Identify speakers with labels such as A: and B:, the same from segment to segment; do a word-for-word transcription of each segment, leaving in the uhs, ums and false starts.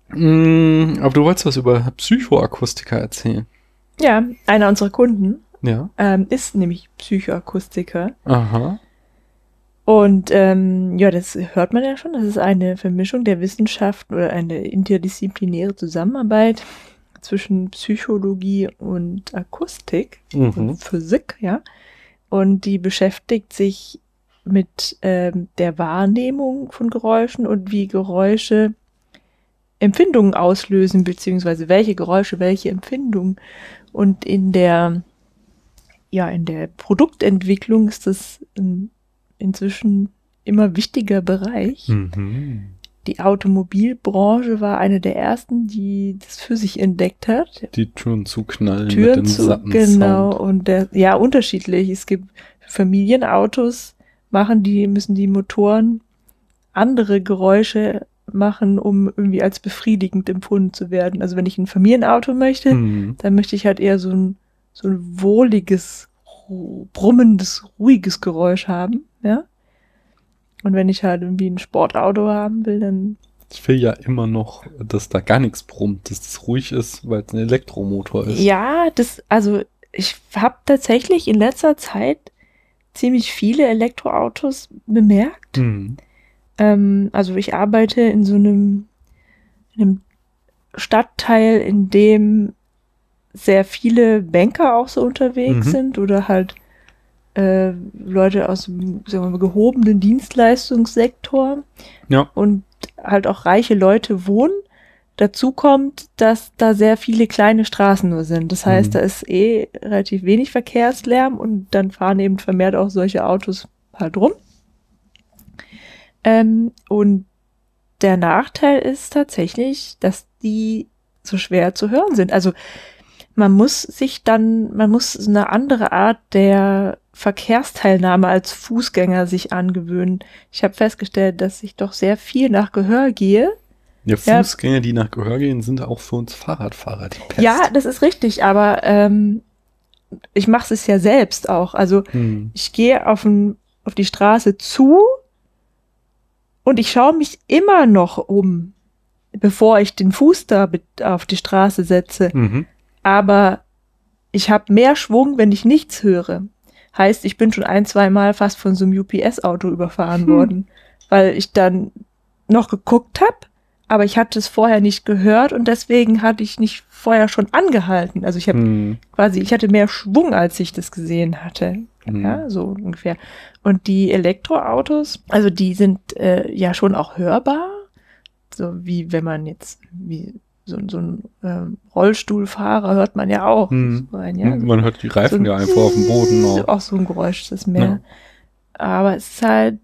A: Mm, aber du wolltest was über Psychoakustiker erzählen.
B: Ja, einer unserer Kunden
A: Ja.
B: ähm, ist nämlich Psychoakustiker.
A: Aha.
B: Und ähm, ja, das hört man ja schon. Das ist eine Vermischung der Wissenschaften oder eine interdisziplinäre Zusammenarbeit zwischen Psychologie und Akustik
A: Mhm.
B: und Physik, ja. Und die beschäftigt sich mit ähm, der Wahrnehmung von Geräuschen und wie Geräusche Empfindungen auslösen, beziehungsweise welche Geräusche welche Empfindungen. Und in der, ja, in der Produktentwicklung ist das ein inzwischen immer wichtiger Bereich.
A: Mhm.
B: Die Automobilbranche war eine der ersten, die das für sich entdeckt hat.
A: Die Türen zuknallen
B: Türen
A: mit dem
B: zu,
A: satten
B: genau,
A: Sound.
B: und der, ja, unterschiedlich. Es gibt Familienautos, machen die, müssen die Motoren andere Geräusche machen, um irgendwie als befriedigend empfunden zu werden. Also wenn ich ein Familienauto möchte,
A: Mhm.
B: dann möchte ich halt eher so ein, so ein wohliges, ru- brummendes, ruhiges Geräusch haben, ja. Und wenn ich halt irgendwie ein Sportauto haben will, dann
A: Ich will ja immer noch, dass da gar nichts brummt, dass das ruhig ist, weil es ein Elektromotor ist.
B: ja, das, also ich habe tatsächlich in letzter Zeit ziemlich viele Elektroautos bemerkt.
A: Mhm.
B: Ähm, also ich arbeite in so einem, in einem Stadtteil, in dem sehr viele Banker auch so unterwegs
A: Mhm.
B: sind oder halt äh, Leute aus dem, sagen wir mal, gehobenen Dienstleistungssektor
A: Ja.
B: und halt auch reiche Leute wohnen. Dazu kommt, dass da sehr viele kleine Straßen nur sind. Das heißt,
A: Mhm.
B: da ist eh relativ wenig Verkehrslärm und dann fahren eben vermehrt auch solche Autos halt rum. Ähm, und der Nachteil ist tatsächlich, dass die so schwer zu hören sind. Also man muss sich dann, man muss eine andere Art der Verkehrsteilnahme als Fußgänger sich angewöhnen. Ich habe festgestellt, dass ich doch sehr viel nach Gehör gehe.
A: Ja,
B: Ja.
A: Fußgänger, die nach Gehör gehen, sind auch für uns Fahrradfahrer die Pest.
B: Ja, das ist richtig, aber ähm, ich mache es ja selbst auch. Also
A: Mhm.
B: ich gehe auf, ein, auf die Straße zu und ich schaue mich immer noch um, bevor ich den Fuß da mit auf die Straße setze.
A: Mhm.
B: Aber ich habe mehr Schwung, wenn ich nichts höre. Heißt, ich bin schon ein, zwei Mal fast von so einem U P S-Auto überfahren
A: Hm.
B: worden, weil ich dann noch geguckt habe, aber ich hatte es vorher nicht gehört und deswegen hatte ich nicht vorher schon angehalten. Also ich habe
A: Mhm.
B: quasi, ich hatte mehr Schwung, als ich das gesehen hatte.
A: Mhm.
B: Ja, so ungefähr. Und die Elektroautos, also die sind äh, ja schon auch hörbar. So wie wenn man jetzt, wie so, so ein ähm, Rollstuhlfahrer hört man ja auch.
A: Mhm.
B: So ein, ja, so,
A: Man hört die Reifen
B: so ein
A: ja einfach auf dem Boden noch.
B: auch so ein Geräusch, das ist mehr.
A: Ja.
B: Aber es ist halt,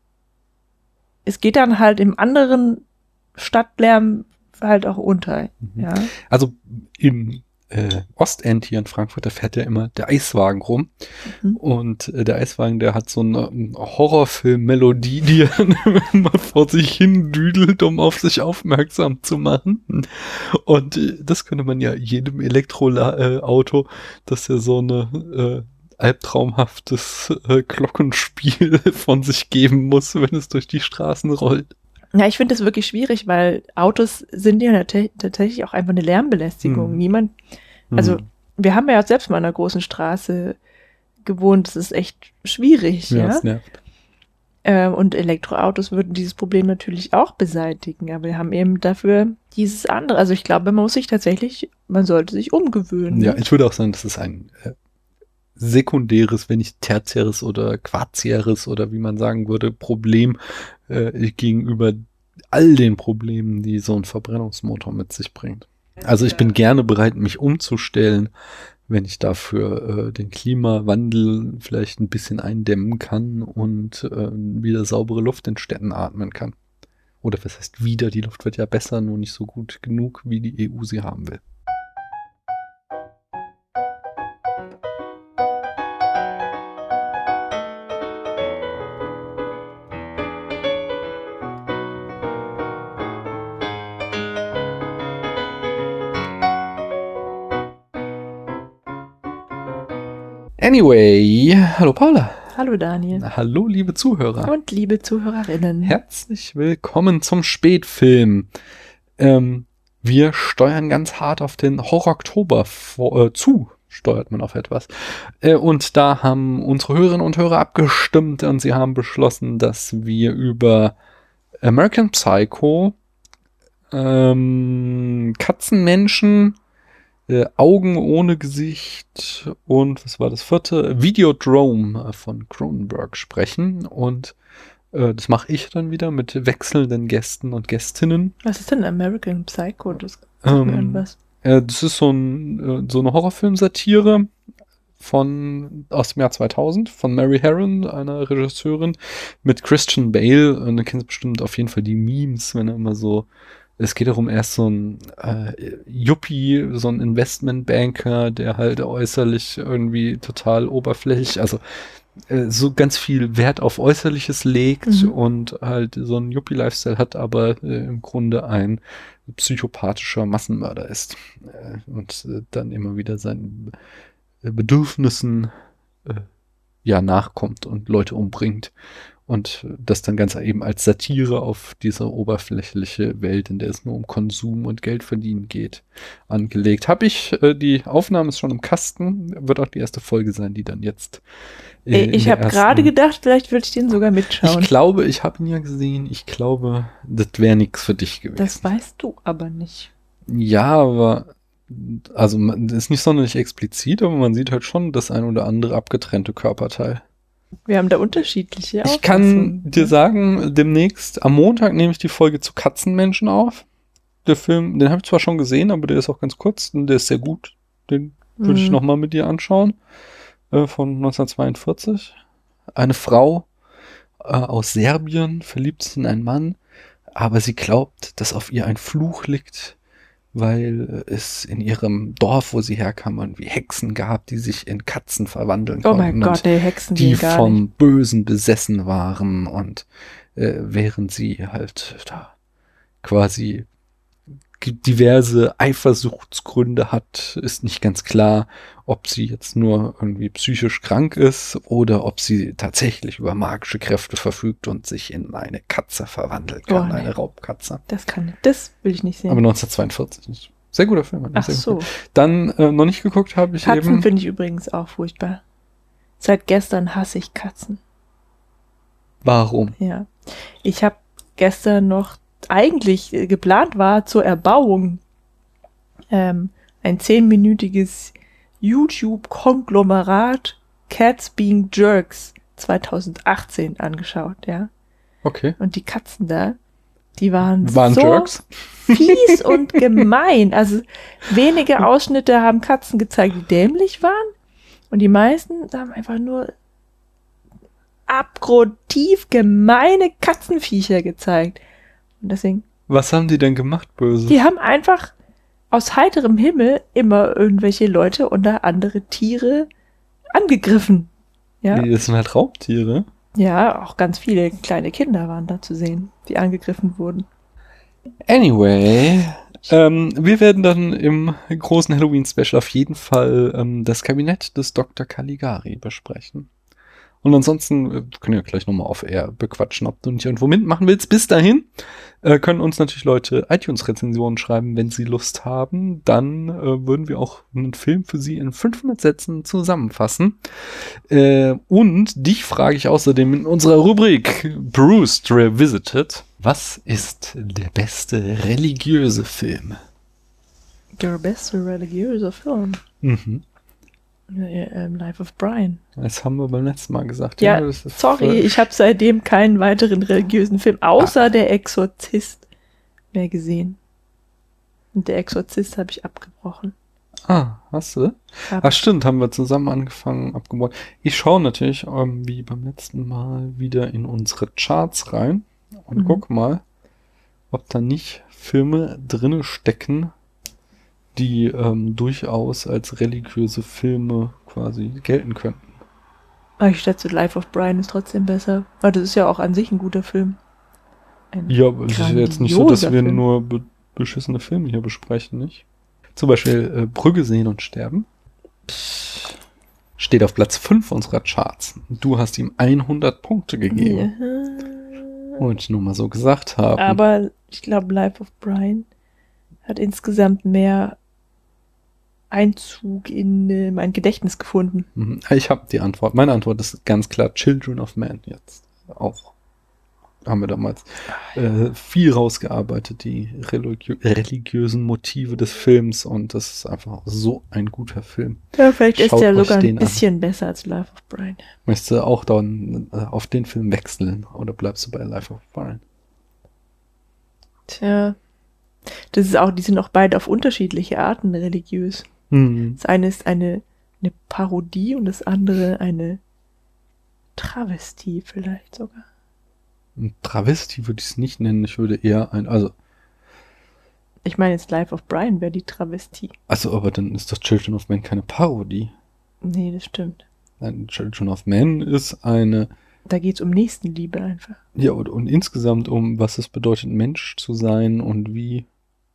B: es geht dann halt im anderen Stadtlärm halt auch unter.
A: Mhm.
B: Ja.
A: Also im äh, Ostend hier in Frankfurt, da fährt ja immer der Eiswagen rum.
B: Mhm.
A: Und äh, der Eiswagen, der hat so eine ähm, Horrorfilm-Melodie, die er immer vor sich hin düdelt, um auf sich aufmerksam zu machen. Und äh, das könnte man ja jedem Elektroauto, dass er so eine äh, albtraumhaftes äh, Glockenspiel von sich geben muss, wenn es durch die Straßen rollt.
B: Ja, ich finde das wirklich schwierig, weil Autos sind ja nat- tatsächlich auch einfach eine Lärmbelästigung.
A: Hm.
B: Niemand, also
A: Hm.
B: wir haben ja selbst mal an einer großen Straße gewohnt, das ist echt schwierig,
A: Ja,
B: ja.
A: das nervt.
B: Ähm, und Elektroautos würden dieses Problem natürlich auch beseitigen, aber wir haben eben dafür dieses andere. Also ich glaube, man muss sich tatsächlich, man sollte sich umgewöhnen.
A: Ja,
B: ne?
A: ich würde auch sagen, das ist ein äh, sekundäres, wenn nicht tertiäres oder quartiäres oder wie man sagen würde, Problem äh, gegenüber all den Problemen, die so ein Verbrennungsmotor mit sich bringt. Also ich bin gerne bereit, mich umzustellen, wenn ich dafür äh, den Klimawandel vielleicht ein bisschen eindämmen kann und äh, wieder saubere Luft in Städten atmen kann. Oder was heißt wieder, die Luft wird ja besser, nur nicht so gut genug, wie die E U sie haben will. Anyway, hallo Paula.
B: Hallo Daniel.
A: Hallo liebe Zuhörer.
B: Und liebe Zuhörerinnen.
A: Herzlich willkommen zum Spätfilm. Ähm, Wir steuern ganz hart auf den Horror-Oktober vor, äh, zu, steuert man auf etwas. Äh, und da haben unsere Hörerinnen und Hörer abgestimmt und sie haben beschlossen, dass wir über American Psycho, ähm, Katzenmenschen, äh, Augen ohne Gesicht und was war das vierte? Videodrome von Cronenberg sprechen. Und äh, das mache ich dann wieder mit wechselnden Gästen und Gästinnen.
B: Was ist denn American Psycho? Das sagt mir
A: Ähm,
B: irgendwas.
A: äh, das ist so, ein, äh, so eine Horrorfilmsatire von aus dem Jahr zweitausend von Mary Harron, einer Regisseurin, mit Christian Bale. Und du kennst bestimmt auf jeden Fall die Memes, wenn er immer so, es geht darum, er ist so ein äh, Yuppie, so ein Investmentbanker, der halt äußerlich irgendwie total oberflächlich, also äh, so ganz viel Wert auf Äußerliches legt
B: Mhm.
A: und halt so ein Yuppie-Lifestyle hat, aber äh, im Grunde ein psychopathischer Massenmörder ist. Äh, und äh, dann immer wieder seinen äh, Bedürfnissen äh, ja nachkommt und Leute umbringt. Und das dann ganz eben als Satire auf diese oberflächliche Welt, in der es nur um Konsum und Geld verdienen geht, angelegt. Habe ich, äh, die Aufnahme ist schon im Kasten, wird auch die erste Folge sein, die dann jetzt äh,
B: Ey,
A: in
B: ich
A: der
B: habe
A: ersten-
B: gerade gedacht, vielleicht würde ich den sogar mitschauen.
A: Ich glaube, ich habe ihn ja gesehen. Ich glaube, das wäre nichts für dich gewesen.
B: Das weißt du aber nicht.
A: Ja, aber also man, das ist nicht sonderlich explizit, aber man sieht halt schon das ein oder andere abgetrennte Körperteil.
B: Wir haben da unterschiedliche
A: Ich kann
B: Auffassungen,
A: dir
B: ne?
A: sagen, demnächst am Montag nehme ich die Folge zu Katzenmenschen auf. Der Film, den habe ich zwar schon gesehen, aber der ist auch ganz kurz und der ist sehr gut. Den würde ich
B: Mhm.
A: nochmal mit dir anschauen. Äh, von neunzehnhundertzweiundvierzig. Eine Frau äh, aus Serbien verliebt sich in einen Mann, aber sie glaubt, dass auf ihr ein Fluch liegt, weil es in ihrem Dorf, wo sie herkam, irgendwie Hexen gab, die sich in Katzen verwandeln
B: Oh
A: konnten.
B: mein
A: und
B: Gott, ey, Hexen
A: die
B: gehen gar
A: vom
B: nicht.
A: Bösen besessen waren und äh, während sie halt da quasi diverse Eifersuchtsgründe hat, ist nicht ganz klar, ob sie jetzt nur irgendwie psychisch krank ist oder ob sie tatsächlich über magische Kräfte verfügt und sich in eine Katze verwandeln kann,
B: Oh, nee.
A: eine Raubkatze.
B: Das kann nicht. Das will ich nicht sehen.
A: Aber neunzehnhundertzweiundvierzig ist sehr guter Film. hat mir
B: Ach
A: sehr gut
B: so.
A: gefallen. Dann äh, noch nicht geguckt habe ich
B: Katzen
A: eben.
B: finde ich übrigens auch furchtbar. Seit gestern hasse ich Katzen.
A: Warum?
B: Ja. Ich habe gestern noch eigentlich äh, geplant war zur Erbauung ähm, ein zehnminütiges YouTube-Konglomerat Cats Being Jerks zweitausendachtzehn angeschaut, ja.
A: Okay.
B: Und die Katzen da, die waren,
A: Waren
B: so
A: Jerks?
B: fies und gemein. Also wenige Ausschnitte haben Katzen gezeigt, die dämlich waren. Und die meisten haben einfach nur abgrundtief gemeine Katzenviecher gezeigt. Und deswegen,
A: Was haben die denn gemacht, Böse?
B: die haben einfach aus heiterem Himmel immer irgendwelche Leute oder andere Tiere angegriffen. Ja,
A: Nee, das sind halt Raubtiere.
B: ja, auch ganz viele kleine Kinder waren da zu sehen, die angegriffen wurden.
A: Anyway, ähm, wir werden dann im großen Halloween-Special auf jeden Fall ähm, das Kabinett des Doktor Caligari besprechen. Und ansonsten äh, können wir gleich nochmal auf Air bequatschen, ob du nicht irgendwo mitmachen willst. Bis dahin äh, können uns natürlich Leute iTunes-Rezensionen schreiben, wenn sie Lust haben. Dann äh, würden wir auch einen Film für sie in fünfhundert Sätzen zusammenfassen. Äh, und dich frage ich außerdem in unserer Rubrik Bruce Revisited. Was ist der beste religiöse Film?
B: Der beste religiöse Film.
A: Mhm.
B: Äh, ähm, Life of Brian.
A: Das haben wir beim letzten Mal gesagt.
B: Ja,
A: das ist
B: sorry,
A: voll-
B: ich habe seitdem keinen weiteren religiösen Film außer Der Exorzist mehr gesehen. Und Der Exorzist habe ich abgebrochen.
A: Ah, hast du?
B: Hab
A: Ach stimmt, haben wir zusammen angefangen, abgebaut. Ich schaue natürlich, ähm, wie beim letzten Mal, wieder in unsere Charts rein und
B: Mhm.
A: guck mal, ob da nicht Filme drinne stecken, die ähm, durchaus als religiöse Filme quasi gelten könnten.
B: Aber ich schätze, Life of Brian ist trotzdem besser. Weil das ist ja auch an sich ein guter Film. Ein
A: Ja, aber es ist ja jetzt nicht so, dass wir
B: grandioser Film.
A: nur be beschissene Filme hier besprechen, nicht? Zum Beispiel äh, Brügge sehen und sterben. Steht auf Platz fünf unserer Charts. Du hast ihm hundert Punkte gegeben.
B: Ja.
A: Und nur mal so gesagt haben.
B: Aber ich glaube, Life of Brian hat insgesamt mehr Einzug in äh, mein Gedächtnis gefunden.
A: Mhm. Ich habe die Antwort. Meine Antwort ist ganz klar Children of Men jetzt. Auch haben wir damals äh, viel rausgearbeitet, die religiö- religiösen Motive des Films, und das ist einfach so ein guter Film.
B: Ja, vielleicht ist
A: Schaut
B: der
A: euch
B: sogar ein
A: den an.
B: bisschen besser als Life of Brian.
A: Möchtest du auch dann äh, auf den Film wechseln oder bleibst du bei Life of Brian?
B: Tja, das ist auch, die sind auch beide auf unterschiedliche Arten religiös.
A: Hm.
B: Das eine ist eine, eine Parodie und das andere eine Travestie vielleicht sogar.
A: Ein Travestie würde ich es nicht nennen. Ich würde eher ein, also,
B: Ich meine jetzt Life of Brian wäre die Travestie.
A: also, aber dann ist doch Children of Men keine Parodie.
B: Nee, das stimmt.
A: Nein, Children of Men ist eine,
B: Da geht es um Nächstenliebe einfach.
A: ja, und, und insgesamt um, was es bedeutet, Mensch zu sein und wie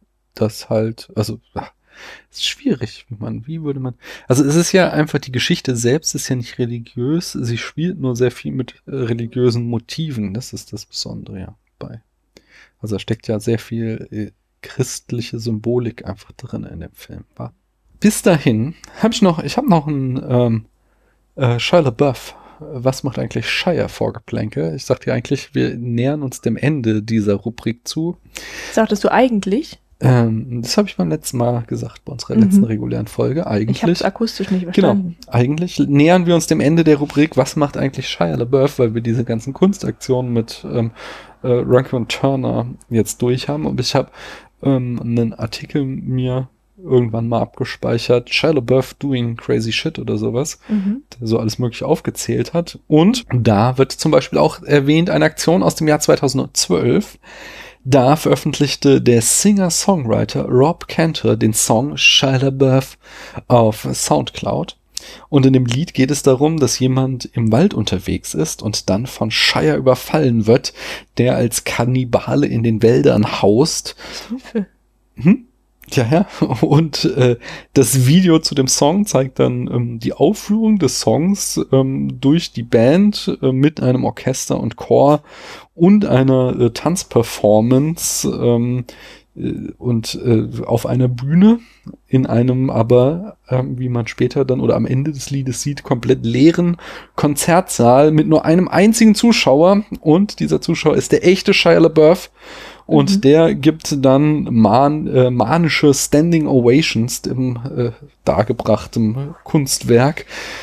A: das halt, also, ach, es ist schwierig, wie man, wie würde man, also es ist ja einfach, die Geschichte selbst ist ja nicht religiös, sie spielt nur sehr viel mit äh, religiösen Motiven, das ist das Besondere ja bei. Also da steckt ja sehr viel äh, christliche Symbolik einfach drin in dem Film. War. Bis dahin habe ich noch, ich habe noch ein ähm, äh, Shia LaBeouf. Was macht eigentlich Shia Vorgeplänkel? Ich sagte ja eigentlich, wir nähern uns dem Ende dieser Rubrik zu.
B: Sagtest du eigentlich?
A: Ähm, das habe ich beim letzten Mal gesagt, bei unserer
B: Mhm.
A: letzten regulären Folge. Eigentlich.
B: Ich habe es akustisch nicht
A: Genau.
B: verstanden.
A: Eigentlich nähern wir uns dem Ende der Rubrik, was macht eigentlich Shia LaBeouf, weil wir diese ganzen Kunstaktionen mit ähm, äh, Rankin und Turner jetzt durch haben. Und ich habe ähm, einen Artikel mir irgendwann mal abgespeichert, Shia LaBeouf doing crazy shit oder sowas,
B: Mhm.
A: der so alles mögliche aufgezählt hat. Und da wird zum Beispiel auch erwähnt eine Aktion aus dem Jahr zweitausendzwölf. Da veröffentlichte der Singer-Songwriter Rob Cantor den Song Shia LaBeouf auf Soundcloud. Und in dem Lied geht es darum, dass jemand im Wald unterwegs ist und dann von Shia überfallen wird, der als Kannibale in den Wäldern haust.
B: Hilfe.
A: Hm? Ja, ja. Und äh, das Video zu dem Song zeigt dann ähm, die Aufführung des Songs ähm, durch die Band äh, mit einem Orchester und Chor und einer äh, Tanzperformance ähm, äh, und äh, auf einer Bühne in einem aber, ähm, wie man später dann oder am Ende des Liedes sieht, komplett leeren Konzertsaal mit nur einem einzigen Zuschauer, und dieser Zuschauer ist der echte Shia LaBeouf. Und
B: Mhm.
A: der gibt dann man, äh, manische Standing Ovations im äh, dargebrachten Kunstwerk.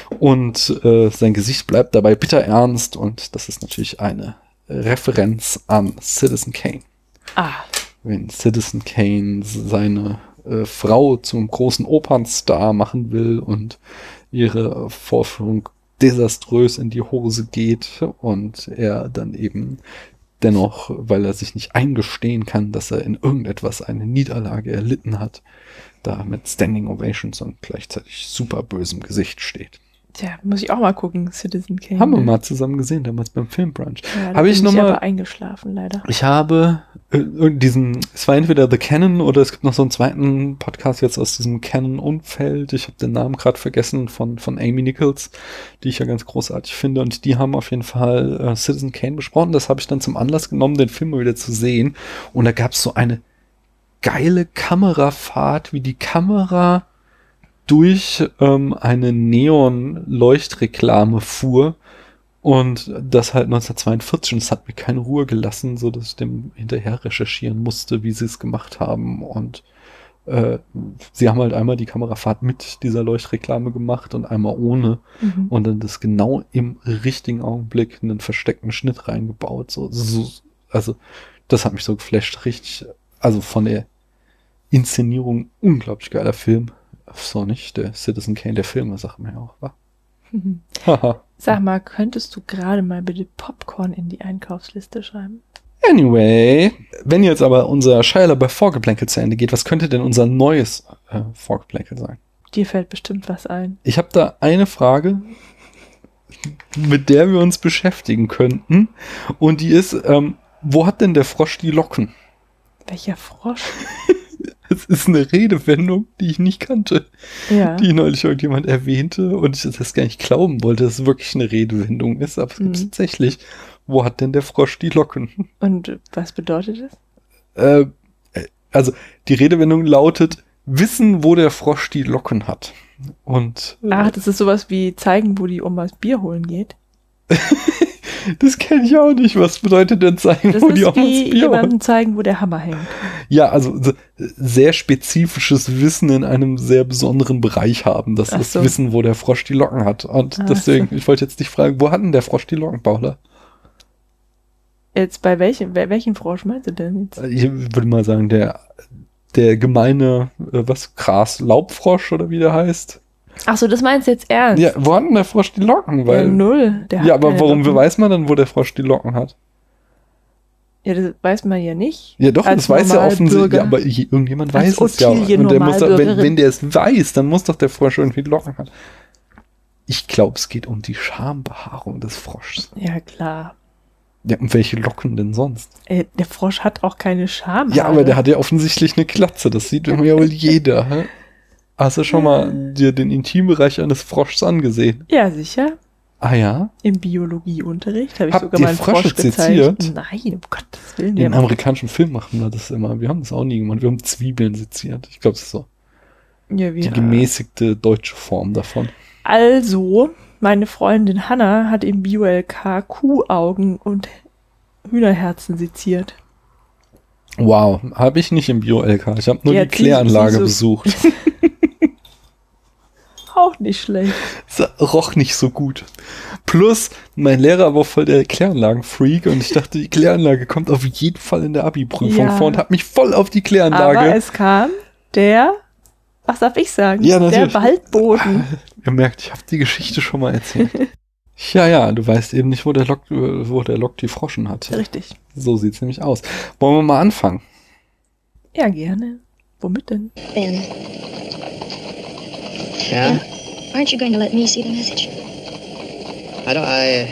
A: Und äh, sein Gesicht bleibt dabei bitter ernst. Und das ist natürlich eine Referenz an Citizen Kane.
B: Ah,
A: Wenn Citizen Kane seine äh, Frau zum großen Opernstar machen will und ihre Vorführung desaströs in die Hose geht und er dann eben dennoch, weil er sich nicht eingestehen kann, dass er in irgendetwas eine Niederlage erlitten hat, da mit Standing Ovations und gleichzeitig super bösem Gesicht steht.
B: tja, muss ich auch mal gucken, Citizen Kane.
A: Haben wir mal zusammen gesehen, damals beim Filmbrunch.
B: Ja, da
A: Habe ich
B: bin
A: noch
B: ich
A: mal-
B: aber eingeschlafen, leider.
A: Ich habe äh, diesen, es war entweder The Canon oder es gibt noch so einen zweiten Podcast jetzt aus diesem Canon-Umfeld. Ich habe den Namen gerade vergessen von, von Amy Nichols, die ich ja ganz großartig finde. Und die haben auf jeden Fall äh, Citizen Kane besprochen. Das habe ich dann zum Anlass genommen, den Film mal wieder zu sehen. Und da gab es so eine geile Kamerafahrt, wie die Kamera durch ähm, eine Neon-Leuchtreklame fuhr. Und das halt neunzehnhundertzweiundvierzig, und es hat mir keine Ruhe gelassen, so dass ich dem hinterher recherchieren musste, wie sie es gemacht haben. Und äh, sie haben halt einmal die Kamerafahrt mit dieser Leuchtreklame gemacht und einmal ohne.
B: Mhm.
A: Und dann das genau im richtigen Augenblick einen versteckten Schnitt reingebaut. So, so, also das hat mich so geflasht, richtig. Also von der Inszenierung unglaublich geiler Film. So nicht, der Citizen Kane, der Film, sagt man ja auch, wa? Haha.
B: Sag mal, könntest du gerade mal bitte Popcorn in die Einkaufsliste schreiben?
A: Anyway, wenn jetzt aber unser Shia LaBeouf Vorgeplänkel zu Ende geht, was könnte denn unser neues äh, Vorgeplänkel sein?
B: Dir fällt bestimmt was ein.
A: Ich habe da eine Frage, mit der wir uns beschäftigen könnten. Und die ist, ähm, wo hat denn der Frosch die Locken?
B: Welcher Frosch?
A: Es ist eine Redewendung, die ich nicht kannte,
B: Ja.
A: die neulich irgendjemand erwähnte und ich das gar nicht glauben wollte, dass es wirklich eine Redewendung ist, aber es gibt es
B: Mhm.
A: tatsächlich. Wo hat denn der Frosch die Locken?
B: Und was bedeutet das?
A: Äh, äh, also die Redewendung lautet, wissen, wo der Frosch die Locken hat. Und
B: Ach, das ist sowas wie zeigen, wo die Oma das Bier holen geht.
A: das kenne ich auch nicht. Was bedeutet denn zeigen,
B: Das
A: wo die
B: ist
A: Oma das
B: wie
A: Bier
B: jemandem
A: holt?
B: zeigen, wo der Hammer hängt.
A: Ja, also so, sehr spezifisches Wissen in einem sehr besonderen Bereich haben. Das
B: Ach
A: ist
B: so.
A: Wissen, wo der Frosch die Locken hat. Und
B: Ach
A: deswegen,
B: so.
A: ich wollte jetzt dich fragen, wo hat denn der Frosch die Locken, Paula?
B: Jetzt bei welchem, bei welchen Frosch meinst du denn jetzt?
A: Ich würde mal sagen, der, der gemeine, äh, was, Gras-Laubfrosch oder wie der heißt.
B: Ach so, das meinst du jetzt ernst?
A: Ja, wo hat denn der Frosch die Locken?
B: Ja,
A: Weil,
B: null. Der hat
A: ja, aber
B: keine
A: warum
B: Locken.
A: weiß man dann, wo der Frosch die Locken hat?
B: Ja, das weiß man ja nicht.
A: Ja, doch,
B: Als
A: das weiß ja offensichtlich,
B: Normalbürger.
A: ja, aber ich, irgendjemand
B: Als
A: weiß es ja.
B: Ottilie
A: Und der muss doch, wenn,
B: Normalbürgerin.
A: wenn der es weiß, dann muss doch der Frosch irgendwie Locken haben. Ich glaube, es geht um die Schambehaarung des Froschs.
B: Ja, klar.
A: Ja, und welche Locken denn sonst?
B: Äh, der Frosch hat auch keine Scham.
A: Ja, aber der hat ja offensichtlich eine Glatze. Das sieht immer ja wohl jeder. Hä? Hast du schon mal dir den Intimbereich eines Froschs angesehen?
B: Ja, sicher.
A: Ah ja?
B: Im Biologieunterricht habe ich
A: Habt
B: sogar
A: ihr
B: mal einen
A: Frösche
B: Frosch gezeigt.
A: seziert?
B: Nein, um Gottes Willen.
A: In
B: Wir haben
A: amerikanischen Filmen machen wir das immer. Wir haben das auch nie gemacht. Wir haben Zwiebeln seziert. Ich glaube, das ist so
B: ja, wir,
A: die gemäßigte deutsche Form davon.
B: Also, meine Freundin Hanna hat im Bio-L K Kuhaugen und Hühnerherzen seziert.
A: Wow, habe ich nicht im Bio-L K. Ich habe nur
B: Ja,
A: die
B: sie-
A: Kläranlage
B: sie so-
A: besucht.
B: Auch nicht schlecht.
A: Es roch nicht so gut. Plus, mein Lehrer war voll der Kläranlagen-Freak und ich dachte, die Kläranlage kommt auf jeden Fall in der Abi-Prüfung
B: Ja.
A: vor und hat mich voll auf die Kläranlage.
B: Aber es kam der, was darf ich sagen?
A: Ja,
B: der
A: natürlich.
B: Waldboden.
A: Ihr merkt, ich habe die Geschichte schon mal erzählt. Ja, ja, du weißt eben nicht, wo der Lok, wo der Lok die Froschen hat.
B: Richtig.
A: So sieht's nämlich aus. Wollen wir mal anfangen?
B: Ja, gerne. Womit denn?
C: Ben,
D: Yeah?
C: aren't you going to let me see the message?
D: I don't, I...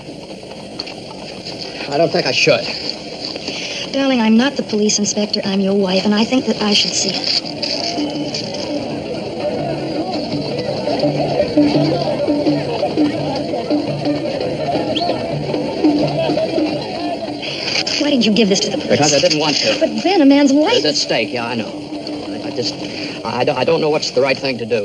D: I don't think I should.
C: Darling, I'm not the police inspector. I'm your wife, and I think that I should see it. Why didn't you give this to the police?
D: Because I didn't want to.
C: But Ben, a man's life.
D: It's at stake, yeah, I know. I, I just... I, don't- I don't know what's the right thing to do.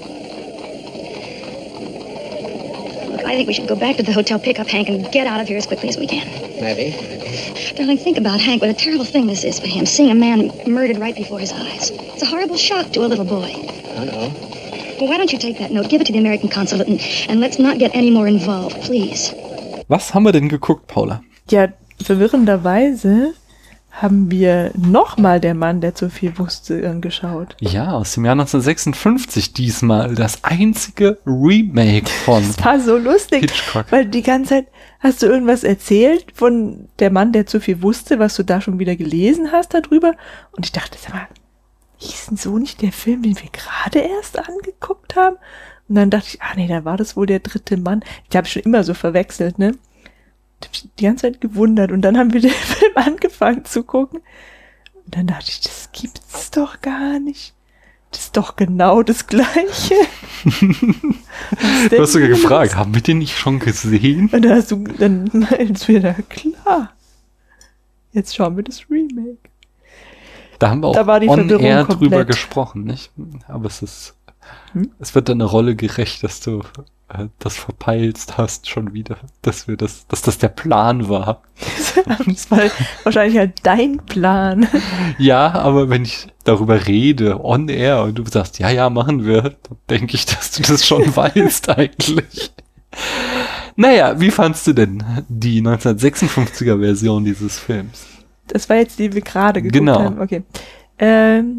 C: Look, I think we should go back to the hotel, pick up Hank, and get out of here as quickly as we can.
D: Maybe. maybe.
C: Darling, think about Hank. What a terrible thing this is for him, seeing a man murdered right before his eyes. It's a horrible shock to a little boy.
D: I know.
C: Well, why don't you take that note, give it to the American consulate, and, and let's not get any more involved, please.
A: Was haben wir denn geguckt, Paula?
B: Ja, verwirrenderweise haben wir nochmal Der Mann, der zu viel wusste, angeschaut.
A: Ja, aus dem Jahr neunzehnhundertsechsundfünfzig diesmal. Das einzige Remake von
B: Das war so lustig,
A: Hitchcock.
B: weil die ganze Zeit hast du irgendwas erzählt von Der Mann, der zu viel wusste, was du da schon wieder gelesen hast darüber. Und ich dachte, sag mal, hieß denn so nicht der Film, den wir gerade erst angeguckt haben? Und dann dachte ich, ah nee, da war das wohl der dritte Mann. Die habe ich schon immer so verwechselt, ne? Ich habe mich die ganze Zeit gewundert. Und dann haben wir den Film angefangen zu gucken. Und dann dachte ich, das gibt's doch gar nicht. Das ist doch genau das Gleiche. Was
A: Du
B: denn
A: hast sogar
B: los?
A: gefragt, haben wir den nicht schon gesehen?
B: Und dann hast du, dann meinst du wieder, klar. Jetzt schauen wir das Remake.
A: Da haben wir auch
B: Da war die
A: on
B: Verwirrung
A: air
B: komplett.
A: drüber gesprochen, nicht? Aber es ist,
B: Hm?
A: es wird dann eine Rolle gerecht, dass du äh, das verpeilst hast schon wieder, dass wir das, dass das der Plan war.
B: Das war wahrscheinlich halt dein Plan.
A: Ja, aber wenn ich darüber rede, on air, und du sagst, ja, ja, machen wir, dann denke ich, dass du das schon weißt eigentlich. Naja, wie fandst du denn die neunzehnhundertsechsundfünfziger Version dieses Films?
B: Das war jetzt die, die wir gerade geguckt
A: Genau.
B: haben. Okay. Ähm,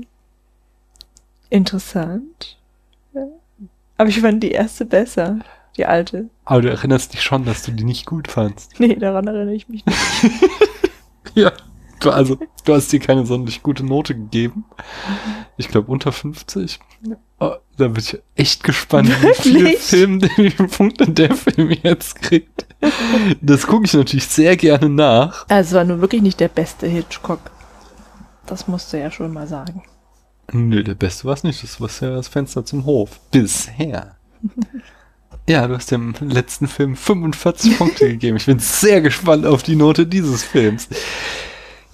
B: interessant. Ja. Aber ich fand die erste besser. Die alte.
A: Aber du erinnerst dich schon, dass du die nicht gut fandst.
B: Nee, daran erinnere ich mich nicht.
A: Ja, du, also, du hast dir keine sonderlich gute Note gegeben. Ich glaube unter fünfzig. Oh, da bin ich echt gespannt, wie viele
B: Wirklich?
A: Filme, wie viele Punkte der Film jetzt kriegt. Das gucke ich natürlich sehr gerne nach.
B: Also es war nur wirklich nicht der beste Hitchcock. Das musst du ja schon mal sagen.
A: Nö, der beste war es nicht. Das war ja das Fenster zum Hof. Bisher. Ja, du hast dem letzten Film fünfundvierzig Punkte gegeben. Ich bin sehr gespannt auf die Note dieses Films.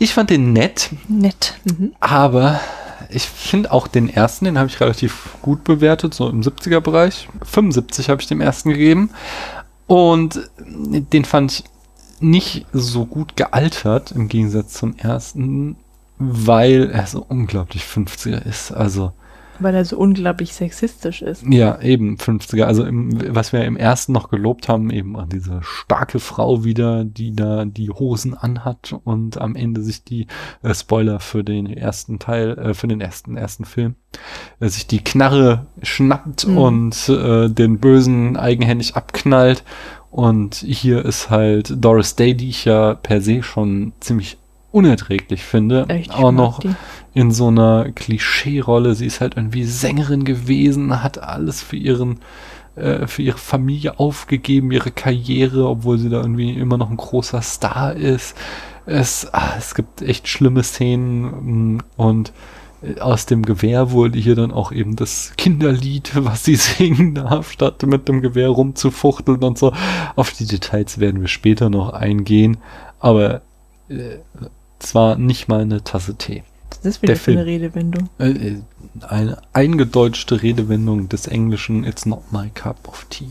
A: Ich fand den nett,
B: Nett. Mhm.
A: aber ich finde auch den ersten, den habe ich relativ gut bewertet, so im siebziger-Bereich. fünfundsiebzig habe ich dem ersten gegeben. Und den fand ich nicht so gut gealtert, im Gegensatz zum ersten, weil er so unglaublich fünfziger ist. Also
B: Weil er so unglaublich sexistisch ist.
A: ja, eben fünfziger. Also im, was wir im ersten noch gelobt haben, eben an diese starke Frau wieder, die da die Hosen anhat und am Ende sich die, äh, Spoiler für den ersten Teil, äh, für den ersten, ersten Film, äh, sich die Knarre schnappt
B: Mhm.
A: und äh, den Bösen eigenhändig abknallt. Und hier ist halt Doris Day, die ich ja per se schon ziemlich unerträglich finde,
B: Echt, ich
A: auch
B: mag
A: noch
B: die.
A: in so einer Klischee-Rolle. Sie ist halt irgendwie Sängerin gewesen, hat alles für ihren, äh, für ihre Familie aufgegeben, ihre Karriere, obwohl sie da irgendwie immer noch ein großer Star ist. Es, ah, es gibt echt schlimme Szenen, mh, und äh, aus dem Gewehr wurde hier dann auch eben das Kinderlied, was sie singen darf, statt mit dem Gewehr rumzufuchteln und so. Auf die Details werden wir später noch eingehen, aber äh, es war nicht mal eine Tasse Tee.
B: Das ist wieder
A: Der
B: für eine
A: Film.
B: Redewendung.
A: Äh, eine eingedeutschte Redewendung des Englischen, it's not my cup of tea.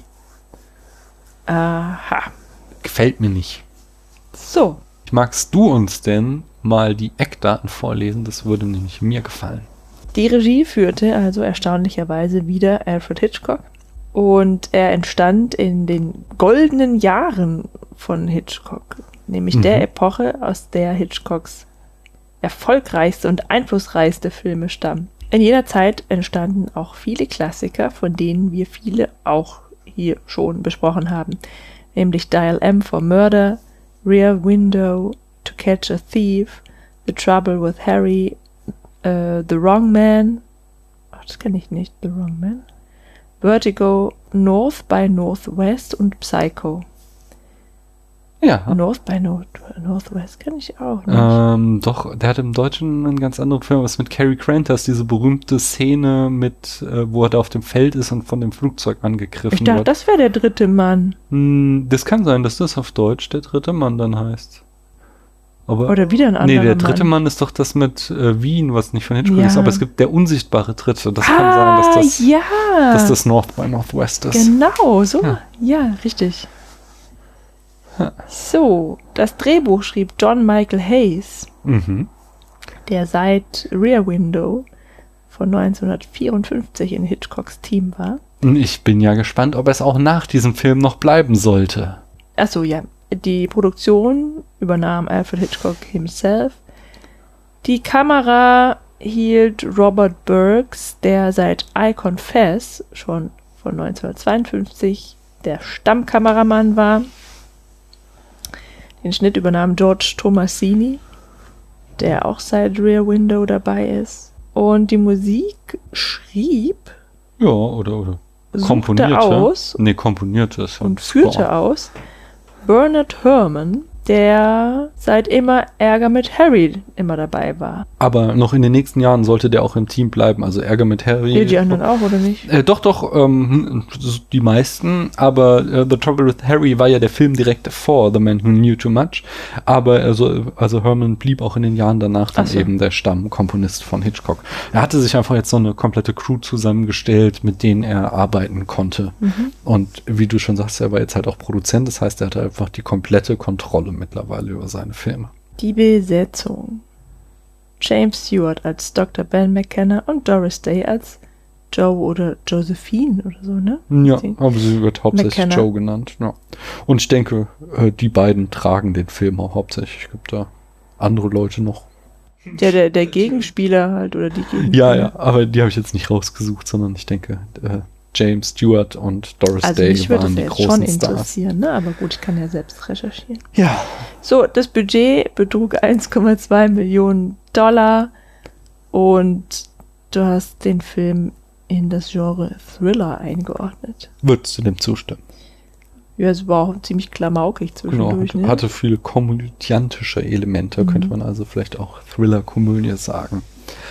B: Aha.
A: Gefällt mir nicht.
B: So,
A: Magst du uns denn mal die Eckdaten vorlesen? Das würde nämlich mir gefallen.
B: die Regie führte also erstaunlicherweise wieder Alfred Hitchcock. Und er entstand in den goldenen Jahren von Hitchcock. Nämlich
A: Mhm.
B: der Epoche, aus der Hitchcocks erfolgreichste und einflussreichste Filme stammen. In jener Zeit entstanden auch viele Klassiker, von denen wir viele auch hier schon besprochen haben. Nämlich Dial M for Murder, Rear Window, To Catch a Thief, The Trouble with Harry, äh, The Wrong Man, ach, das kenne ich nicht, The Wrong Man, Vertigo, North by Northwest und Psycho.
A: Ja.
B: North by North, Northwest kenne ich auch nicht.
A: Ähm, doch, der hat im Deutschen einen ganz anderen Film, was mit Cary Grant, das ist diese berühmte Szene mit, äh, wo er da auf dem Feld ist und von dem Flugzeug angegriffen
B: Ich dachte,
A: wird.
B: das wäre der dritte Mann.
A: Hm, das kann sein, dass das auf Deutsch der dritte Mann dann heißt. Aber
B: Oder wieder ein anderer
A: nee, der dritte
B: Mann.
A: Mann ist doch das mit äh, Wien, was nicht von Hitchcock
B: Ja.
A: ist, aber es gibt der unsichtbare Dritte. Das
B: ah,
A: kann sein, dass das,
B: ja.
A: dass das North by Northwest ist.
B: Genau, so.
A: Ja.
B: Ja, richtig.
A: Ja.
B: So, das Drehbuch schrieb John Michael Hayes,
A: Mhm.
B: der seit Rear Window von neunzehnhundertvierundfünfzig in Hitchcocks Team war.
A: Ich bin ja gespannt, ob es auch nach diesem Film noch bleiben sollte.
B: Achso, ja. Die Produktion übernahm Alfred Hitchcock himself. Die Kamera hielt Robert Burks, der seit I Confess schon von neunzehnhundertzweiundfünfzig der Stammkameramann war. Den Schnitt übernahm George Tomasini, der auch seit Rear Window dabei ist. Und die Musik schrieb
A: Ja, oder, oder
B: Suchte
A: komponierte.
B: aus
A: Nee, komponierte ist ja ein
B: und führte
A: Score.
B: aus Bernard Herrmann, der seit immer Ärger mit Harry immer dabei war.
A: Aber noch in den nächsten Jahren sollte der auch im Team bleiben. Also Ärger mit Harry.
B: Ja, die anderen auch, oder nicht?
A: Äh, doch, doch, ähm, die meisten, aber äh, The Trouble with Harry war ja der Film direkt vor The Man Who Knew Too Much, aber also, also Herman blieb auch in den Jahren danach dann
B: Ach so.
A: eben der Stammkomponist von Hitchcock. Er hatte sich einfach jetzt so eine komplette Crew zusammengestellt, mit denen er arbeiten konnte.
B: Mhm.
A: Und wie du schon sagst, er war jetzt halt auch Produzent, das heißt, er hatte einfach die komplette Kontrolle mittlerweile über seine Filme.
B: Die Besetzung. James Stewart als Doktor Ben McKenna und Doris Day als Joe oder Josephine oder so, ne?
A: Ja,
B: Sie-
A: aber sie wird hauptsächlich
B: McKenna.
A: Joe genannt. Ja. Und ich denke, äh, die beiden tragen den Film auch hauptsächlich. Es gibt da andere Leute noch.
B: Der, der, der Gegenspieler halt, oder die Gegenspieler.
A: Ja, ja, aber die habe ich jetzt nicht rausgesucht, sondern ich denke, äh, James Stewart und Doris
B: Also
A: Day
B: mich würde
A: waren
B: das
A: die
B: ja jetzt schon
A: großen Stars.
B: interessieren, ne? Aber gut, ich kann ja selbst recherchieren.
A: Ja,
B: So, das Budget betrug eins Komma zwei Millionen Dollar und du hast den Film in das Genre Thriller eingeordnet.
A: würdest du dem zustimmen?
B: Ja, es war auch ziemlich klamaukig
A: Genau,
B: zwischendurch,
A: hatte,
B: ne?
A: hatte viele komödiantische Elemente,
B: Mhm.
A: könnte man also vielleicht auch Thriller-Komödie sagen.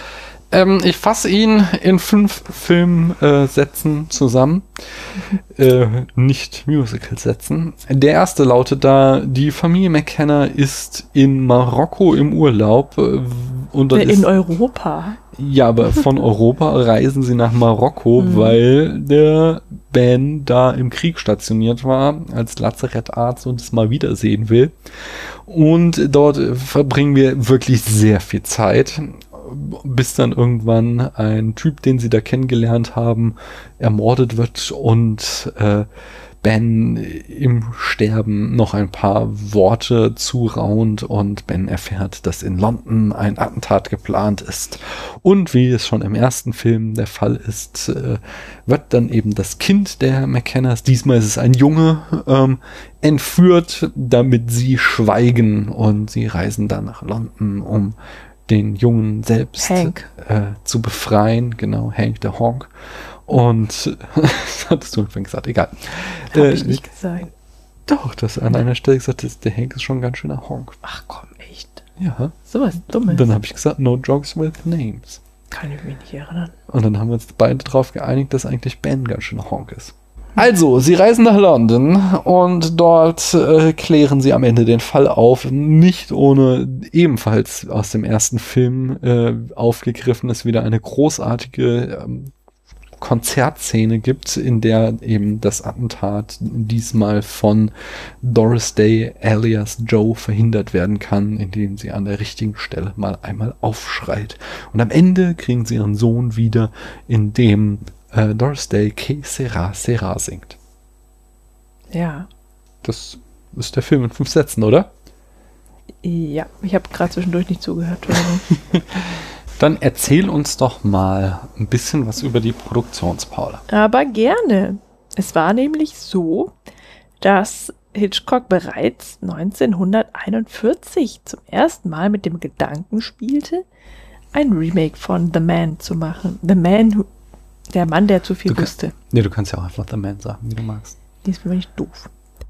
A: Ähm, ich fasse ihn in fünf Filmsätzen äh, zusammen. äh, nicht Musical-Sätzen. Der erste lautet da, die Familie McKenna ist in Marokko im Urlaub. Äh, und
B: in
A: ist,
B: Europa.
A: Ja, aber von Europa reisen sie nach Marokko,
B: Mhm.
A: weil der Ben da im Krieg stationiert war, als Lazarettarzt und es mal wiedersehen will. Und dort verbringen wir wirklich sehr viel Zeit, bis dann irgendwann ein Typ, den sie da kennengelernt haben, ermordet wird und äh, Ben im Sterben noch ein paar Worte zuraunt und Ben erfährt, dass in London ein Attentat geplant ist. Und wie es schon im ersten Film der Fall ist, äh, wird dann eben das Kind der McKennas, diesmal ist es ein Junge, ähm, entführt, damit sie schweigen, und sie reisen dann nach London, um den Jungen selbst
B: Hank.
A: Äh, zu befreien. Genau, Hank der Honk. Und das hattest du vorhin gesagt, egal.
B: Hab
A: Äh,
B: ich nicht gesagt.
A: Doch, das an einer Stelle gesagt, dass der Hank ist schon ein ganz schöner Honk.
B: Ach komm, echt.
A: Ja.
B: Sowas Dummes.
A: Und dann habe ich gesagt, no jokes with names.
B: Kann ich mich nicht erinnern.
A: Und dann haben wir uns beide darauf geeinigt, dass eigentlich Ben ganz schön Honk ist. Also, sie reisen nach London und dort äh, klären sie am Ende den Fall auf. Nicht ohne ebenfalls aus dem ersten Film äh, aufgegriffen ist wieder eine großartige ähm, Konzertszene gibt, in der eben das Attentat diesmal von Doris Day alias Joe verhindert werden kann, indem sie an der richtigen Stelle mal einmal aufschreit. Und am Ende kriegen sie ihren Sohn wieder, indem äh, Doris Day Que sera, sera singt.
B: Ja.
A: Das ist der Film in fünf Sätzen, oder?
B: Ja, ich habe gerade zwischendurch nicht zugehört. Entschuldigung.
A: Dann erzähl uns doch mal ein bisschen was über die Produktionspaula.
B: Aber gerne. Es war nämlich so, dass Hitchcock bereits neunzehnhunderteinundvierzig zum ersten Mal mit dem Gedanken spielte, ein Remake von The Man zu machen. The Man, who, der Mann, der zu viel
A: Du kann-
B: wusste.
A: Nee, du kannst ja auch einfach The Man sagen, wie du magst.
B: Diesmal bin ich doof.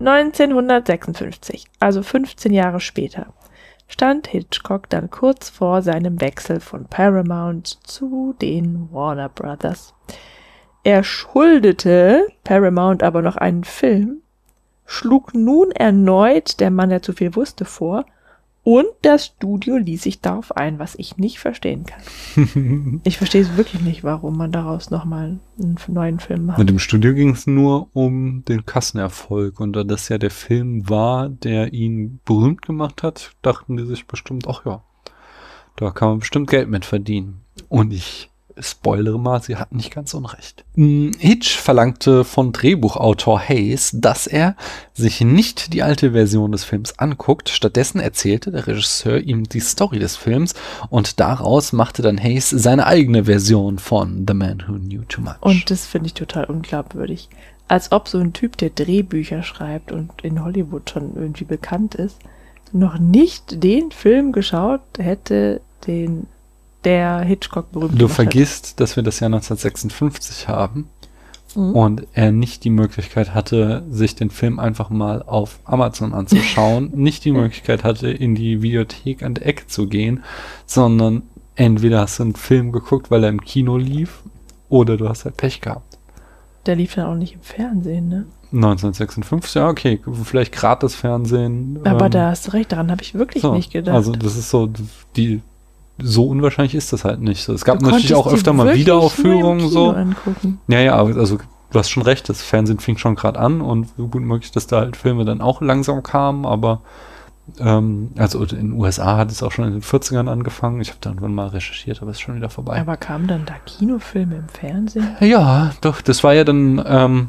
B: neunzehnhundertsechsundfünfzig, also fünfzehn Jahre später, stand Hitchcock dann kurz vor seinem Wechsel von Paramount zu den Warner Brothers. Er schuldete Paramount aber noch einen Film, schlug nun erneut Der Mann, der zu viel wusste, vor, und das Studio ließ sich darauf ein, was ich nicht verstehen kann. Ich verstehe es wirklich nicht, warum man daraus nochmal einen neuen Film macht.
A: Mit dem Studio ging es nur um den Kassenerfolg. Und da das ja der Film war, der ihn berühmt gemacht hat, dachten die sich bestimmt, ach ja, da kann man bestimmt Geld mit verdienen. Und ich spoilere mal, sie hatten nicht ganz unrecht. Mm, Hitch verlangte von Drehbuchautor Hayes, dass er sich nicht die alte Version des Films anguckt. Stattdessen erzählte der Regisseur ihm die Story des Films und daraus machte dann Hayes seine eigene Version von The Man Who Knew Too Much.
B: Und das finde ich total unglaubwürdig. Als ob so ein Typ, der Drehbücher schreibt und in Hollywood schon irgendwie bekannt ist, noch nicht den Film geschaut hätte, den der Hitchcock berühmt
A: Du
B: gemacht
A: vergisst, dass wir das Jahr neunzehnhundertsechsundfünfzig haben
B: Mhm.
A: und er nicht die Möglichkeit hatte, sich den Film einfach mal auf Amazon anzuschauen, nicht die Möglichkeit hatte, in die Videothek an der Ecke zu gehen, sondern entweder hast du einen Film geguckt, weil er im Kino lief, oder du hast halt Pech gehabt.
B: hat. Der lief dann auch nicht im Fernsehen, ne?
A: neunzehnhundertsechsundfünfzig, ja, okay, vielleicht gratis Fernsehen.
B: Aber
A: ähm,
B: da hast du recht, daran habe ich wirklich
A: so,
B: nicht gedacht.
A: Also das ist so, die so unwahrscheinlich ist das halt nicht. So, es gab
B: Du
A: natürlich auch
B: konntest
A: öfter
B: die
A: mal
B: wirklich
A: Wiederaufführungen
B: nur im
A: so.
B: Kino angucken.
A: Ja, ja, aber also du hast schon recht, das Fernsehen fing schon gerade an und gut möglich, dass da halt Filme dann auch langsam kamen, aber ähm, also in den U S A hat es auch schon in den vierzigern angefangen. Ich habe dann irgendwann mal recherchiert, aber es ist schon wieder vorbei.
B: Aber kamen dann da Kinofilme im Fernsehen?
A: Ja, doch, das war ja dann ähm,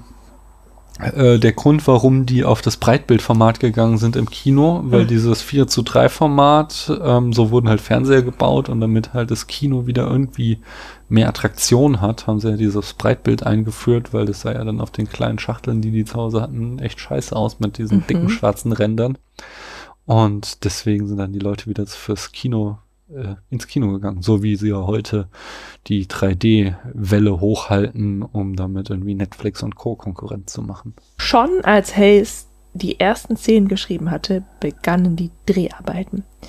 A: äh, der Grund, warum die auf das Breitbildformat gegangen sind im Kino, weil
B: Mhm.
A: dieses vier zu drei Format, ähm, so wurden halt Fernseher gebaut und damit halt das Kino wieder irgendwie mehr Attraktion hat, haben sie ja dieses Breitbild eingeführt, weil das sah ja dann auf den kleinen Schachteln, die die zu Hause hatten, echt scheiße aus mit diesen
B: Mhm.
A: dicken schwarzen Rändern. Und deswegen sind dann die Leute wieder fürs Kino äh, ins Kino gegangen, so wie sie ja heute die drei D-Welle hochhalten, um damit irgendwie Netflix und Co. Konkurrent zu machen.
B: Schon als Hayes die ersten Szenen geschrieben hatte, begannen die Dreharbeiten.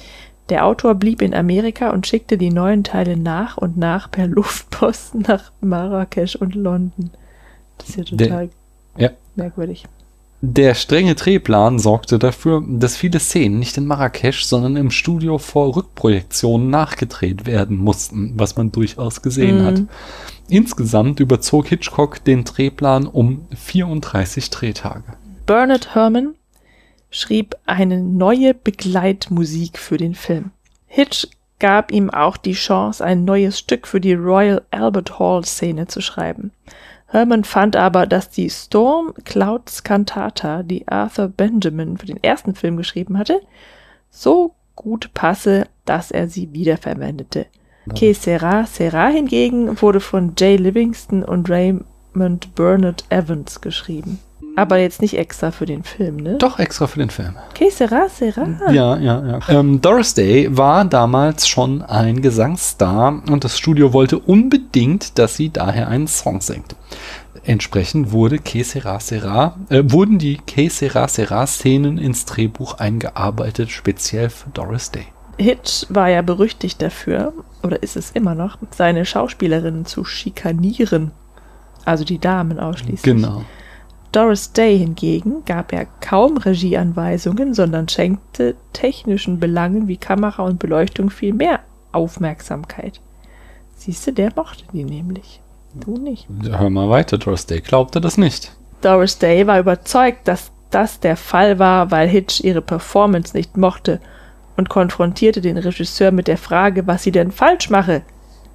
B: Der Autor blieb in Amerika und schickte die neuen Teile nach und nach per Luftpost nach Marrakesch und London. Das ist ja total
A: Der, ja.
B: merkwürdig.
A: Der strenge Drehplan sorgte dafür, dass viele Szenen nicht in Marrakesch, sondern im Studio vor Rückprojektionen nachgedreht werden mussten, was man durchaus gesehen
B: Mhm.
A: hat. Insgesamt überzog Hitchcock den Drehplan um vierunddreißig Drehtage.
B: Bernard Herrmann schrieb eine neue Begleitmusik für den Film. Hitch gab ihm auch die Chance, ein neues Stück für die Royal Albert Hall Szene zu schreiben. Herrmann fand aber, dass die Storm Clouds Cantata, die Arthur Benjamin für den ersten Film geschrieben hatte, so gut passe, dass er sie wiederverwendete. Que Sera Sera hingegen wurde von Jay Livingston und Raymond Bernard Evans geschrieben. Aber jetzt nicht extra für den Film, ne?
A: Doch extra für den Film.
B: Que Sera Sera?
A: Ja, ja, ja. Ähm, Doris Day war damals schon ein Gesangsstar und das Studio wollte unbedingt, dass sie daher einen Song singt. Entsprechend wurde Que Sera Sera, äh, wurden die Que Sera Sera Szenen ins Drehbuch eingearbeitet, speziell für Doris Day.
B: Hitch war ja berüchtigt dafür, oder ist es immer noch, seine Schauspielerinnen zu schikanieren. Also die Damen ausschließlich.
A: Genau.
B: Doris Day hingegen gab er kaum Regieanweisungen, sondern schenkte technischen Belangen wie Kamera und Beleuchtung viel mehr Aufmerksamkeit. Siehst du, der mochte die nämlich. Du nicht.
A: Hör mal weiter, Doris Day glaubte das nicht.
B: Doris Day war überzeugt, dass das der Fall war, weil Hitch ihre Performance nicht mochte und konfrontierte den Regisseur mit der Frage, was sie denn falsch mache.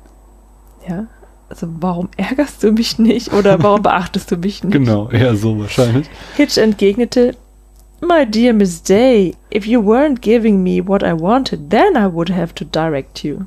B: Ja, also warum ärgerst du mich nicht oder warum beachtest du mich nicht?
A: Genau, eher so wahrscheinlich.
B: Hitch entgegnete, My dear Miss Day, if you weren't giving me what I wanted, then I would have to direct you.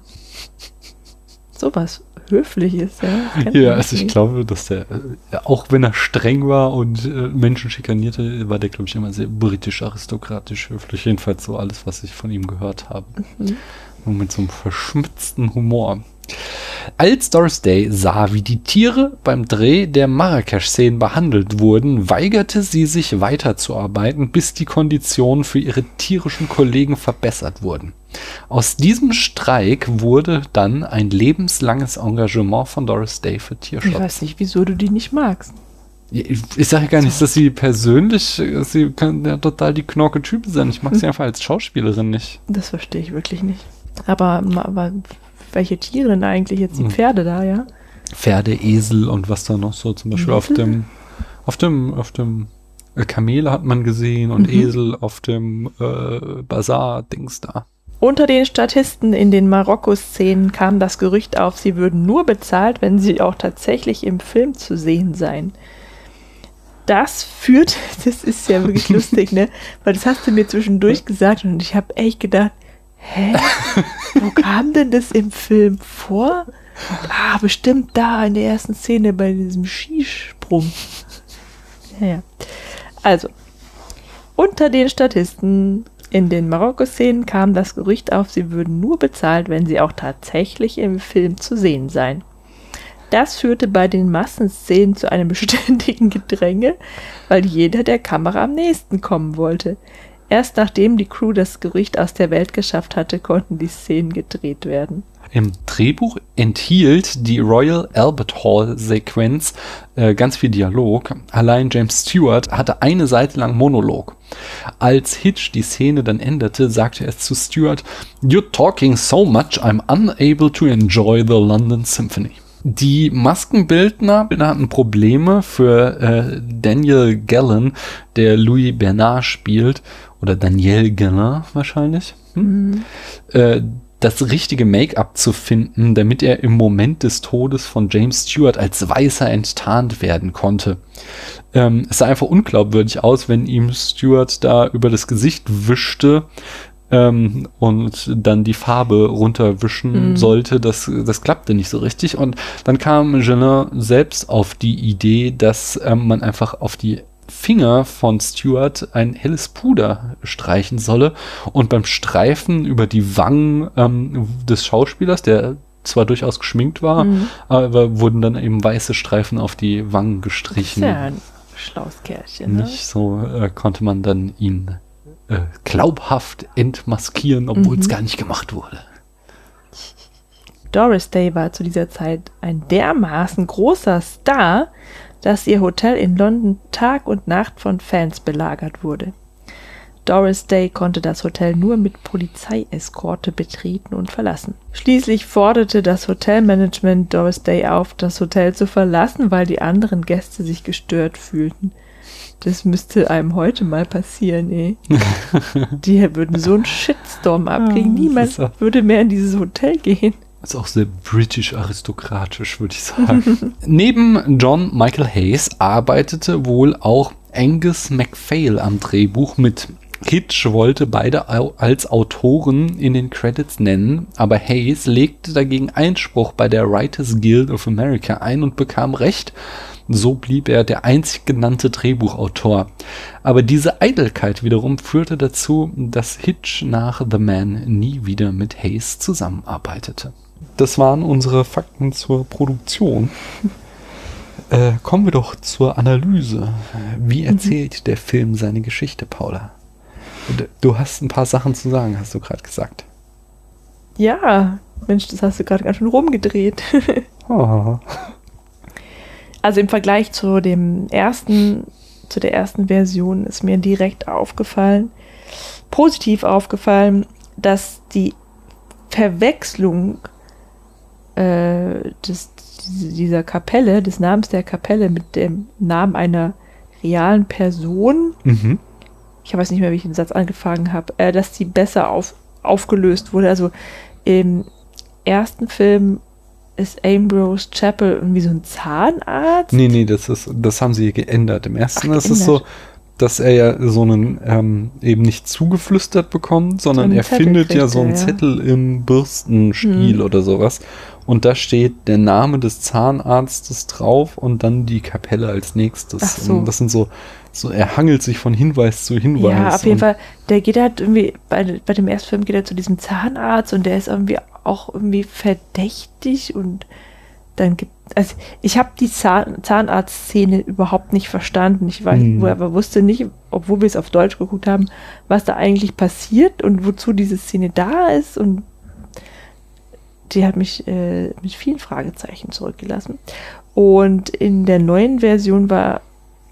B: Sowas Höfliches, ja. Kennt
A: Ja,
B: man
A: also ich
B: nicht.
A: glaube, dass der, äh, auch wenn er streng war und äh, Menschen schikanierte, war der, glaube ich, immer sehr britisch, aristokratisch, höflich. Jedenfalls so alles, was ich von ihm gehört habe.
B: Mhm.
A: Und mit so einem verschmitzten Humor. Als Doris Day sah, wie die Tiere beim Dreh der Marrakesch-Szenen behandelt wurden, weigerte sie sich weiterzuarbeiten, bis die Konditionen für ihre tierischen Kollegen verbessert wurden. Aus diesem Streik wurde dann ein lebenslanges Engagement von Doris Day für
B: Ich
A: Tierschutz.
B: weiß nicht, wieso du die nicht magst.
A: Ich, ich sage ja gar nicht, dass sie persönlich, sie kann ja total die Knorke-Typen sein. Ich mag sie einfach als Schauspielerin nicht.
B: Das verstehe ich wirklich nicht. Aber, ma- aber welche Tiere denn eigentlich jetzt? Die
A: Hm.
B: Pferde da, ja?
A: Pferde, Esel und was da noch so, zum Beispiel auf
B: Esel?
A: dem, auf dem, auf dem äh, Kamele hat man gesehen und
B: Mhm.
A: Esel auf dem äh, Bazar-Dings da.
B: Unter den Statisten in den Marokko-Szenen kam das Gerücht auf, sie würden nur bezahlt, wenn sie auch tatsächlich im Film zu sehen seien. Das führt, das ist ja wirklich lustig, ne? Weil das hast du mir zwischendurch gesagt und ich habe echt gedacht, hä? Wo kam denn das im Film vor? Ah, bestimmt da in der ersten Szene bei diesem Skisprung. Ja, ja. Also, unter den Statisten in den Marokko-Szenen kam das Gerücht auf, sie würden nur bezahlt, wenn sie auch tatsächlich im Film zu sehen seien. Das führte bei den Massenszenen zu einem beständigen Gedränge, weil jeder der Kamera am nächsten kommen wollte. Erst nachdem die Crew das Gerücht aus der Welt geschafft hatte, konnten die Szenen gedreht werden.
A: Im Drehbuch enthielt die Royal Albert Hall Sequenz äh, ganz viel Dialog. Allein James Stewart hatte eine Seite lang Monolog. Als Hitch die Szene dann änderte, sagte er zu Stewart, "You're talking so much, I'm unable to enjoy the London Symphony." Die Maskenbildner hatten Probleme für äh, Daniel Gallen, der Louis Bernard spielt, oder Daniel Gallen wahrscheinlich, hm?
B: Mhm.
A: äh, das richtige Make-up zu finden, damit er im Moment des Todes von James Stewart als Weißer enttarnt werden konnte. Ähm, es sah einfach unglaubwürdig aus, wenn ihm Stewart da über das Gesicht wischte, Ähm, und dann die Farbe runterwischen
B: Mhm.
A: sollte, das, das klappte nicht so richtig. Und dann kam Genin selbst auf die Idee, dass ähm, man einfach auf die Finger von Stewart ein helles Puder streichen solle und beim Streifen über die Wangen ähm, des Schauspielers, der zwar durchaus geschminkt war,
B: Mhm.
A: aber wurden dann eben weiße Streifen auf die Wangen
B: Das ist
A: gestrichen.
B: ja ein schlaues Kerlchen, ne?
A: Nicht so äh, konnte man dann ihn äh, glaubhaft entmaskieren, obwohl es
B: Mhm.
A: gar nicht gemacht wurde.
B: Doris Day war zu dieser Zeit ein dermaßen großer Star, dass ihr Hotel in London Tag und Nacht von Fans belagert wurde. Doris Day konnte das Hotel nur mit Polizeieskorte betreten und verlassen. Schließlich forderte das Hotelmanagement Doris Day auf, das Hotel zu verlassen, weil die anderen Gäste sich gestört fühlten. Das müsste einem heute mal passieren, ey. Die würden so einen Shitstorm abkriegen.
A: Ja,
B: Niemand
A: das ist auch-
B: würde mehr in dieses Hotel gehen.
A: Ist auch sehr britisch aristokratisch, würde ich sagen. Neben John Michael Hayes arbeitete wohl auch Angus MacPhail am Drehbuch mit. Hitch wollte beide au- als Autoren in den Credits nennen, aber Hayes legte dagegen Einspruch bei der Writers Guild of America ein und bekam Recht. So blieb er der einzig genannte Drehbuchautor. Aber diese Eitelkeit wiederum führte dazu, dass Hitch nach The Man nie wieder mit Hayes zusammenarbeitete. Das waren unsere Fakten zur Produktion. Äh, kommen wir doch zur Analyse. Wie erzählt der Film seine Geschichte, Paula? Du- Du hast ein paar Sachen zu sagen, hast du gerade gesagt.
B: Ja, Mensch, das hast du gerade ganz schön rumgedreht.
A: Oh.
B: Also im Vergleich zu dem ersten, zu der ersten Version ist mir direkt aufgefallen, positiv aufgefallen, dass die Verwechslung äh, des, dieser Kapelle, des Namens der Kapelle mit dem Namen einer realen Person,
A: Mhm.
B: ich weiß nicht mehr, wie ich den Satz angefangen habe, äh, dass die besser auf, aufgelöst wurde. Also im ersten Film ist Ambrose Chapel irgendwie so ein Zahnarzt.
A: Nee, nee, das ist, das haben sie geändert. Im ersten
B: Ach,
A: ist es so,
B: geändert.
A: dass er ja so einen ähm, eben nicht zugeflüstert bekommt, sondern
B: So einen
A: er
B: Zettel
A: findet ja
B: kriegt
A: so
B: er,
A: einen
B: ja.
A: Zettel im Bürstenstiel
B: Mhm.
A: oder sowas. Und da steht der Name des Zahnarztes drauf und dann die Kapelle als nächstes.
B: Ach so.
A: Und das sind so, so, er hangelt sich von Hinweis zu Hinweis.
B: Ja, auf jeden
A: und,
B: Fall, der geht halt irgendwie, bei, bei dem ersten Film geht er zu diesem Zahnarzt und der ist irgendwie auch irgendwie verdächtig und dann gibt also ich habe die Zahn, Zahnarztszene überhaupt nicht verstanden. Ich weiß,
A: Hm.
B: wo aber wusste nicht, obwohl wir es auf Deutsch geguckt haben, was da eigentlich passiert und wozu diese Szene da ist und die hat mich äh, mit vielen Fragezeichen zurückgelassen. Und in der neuen Version war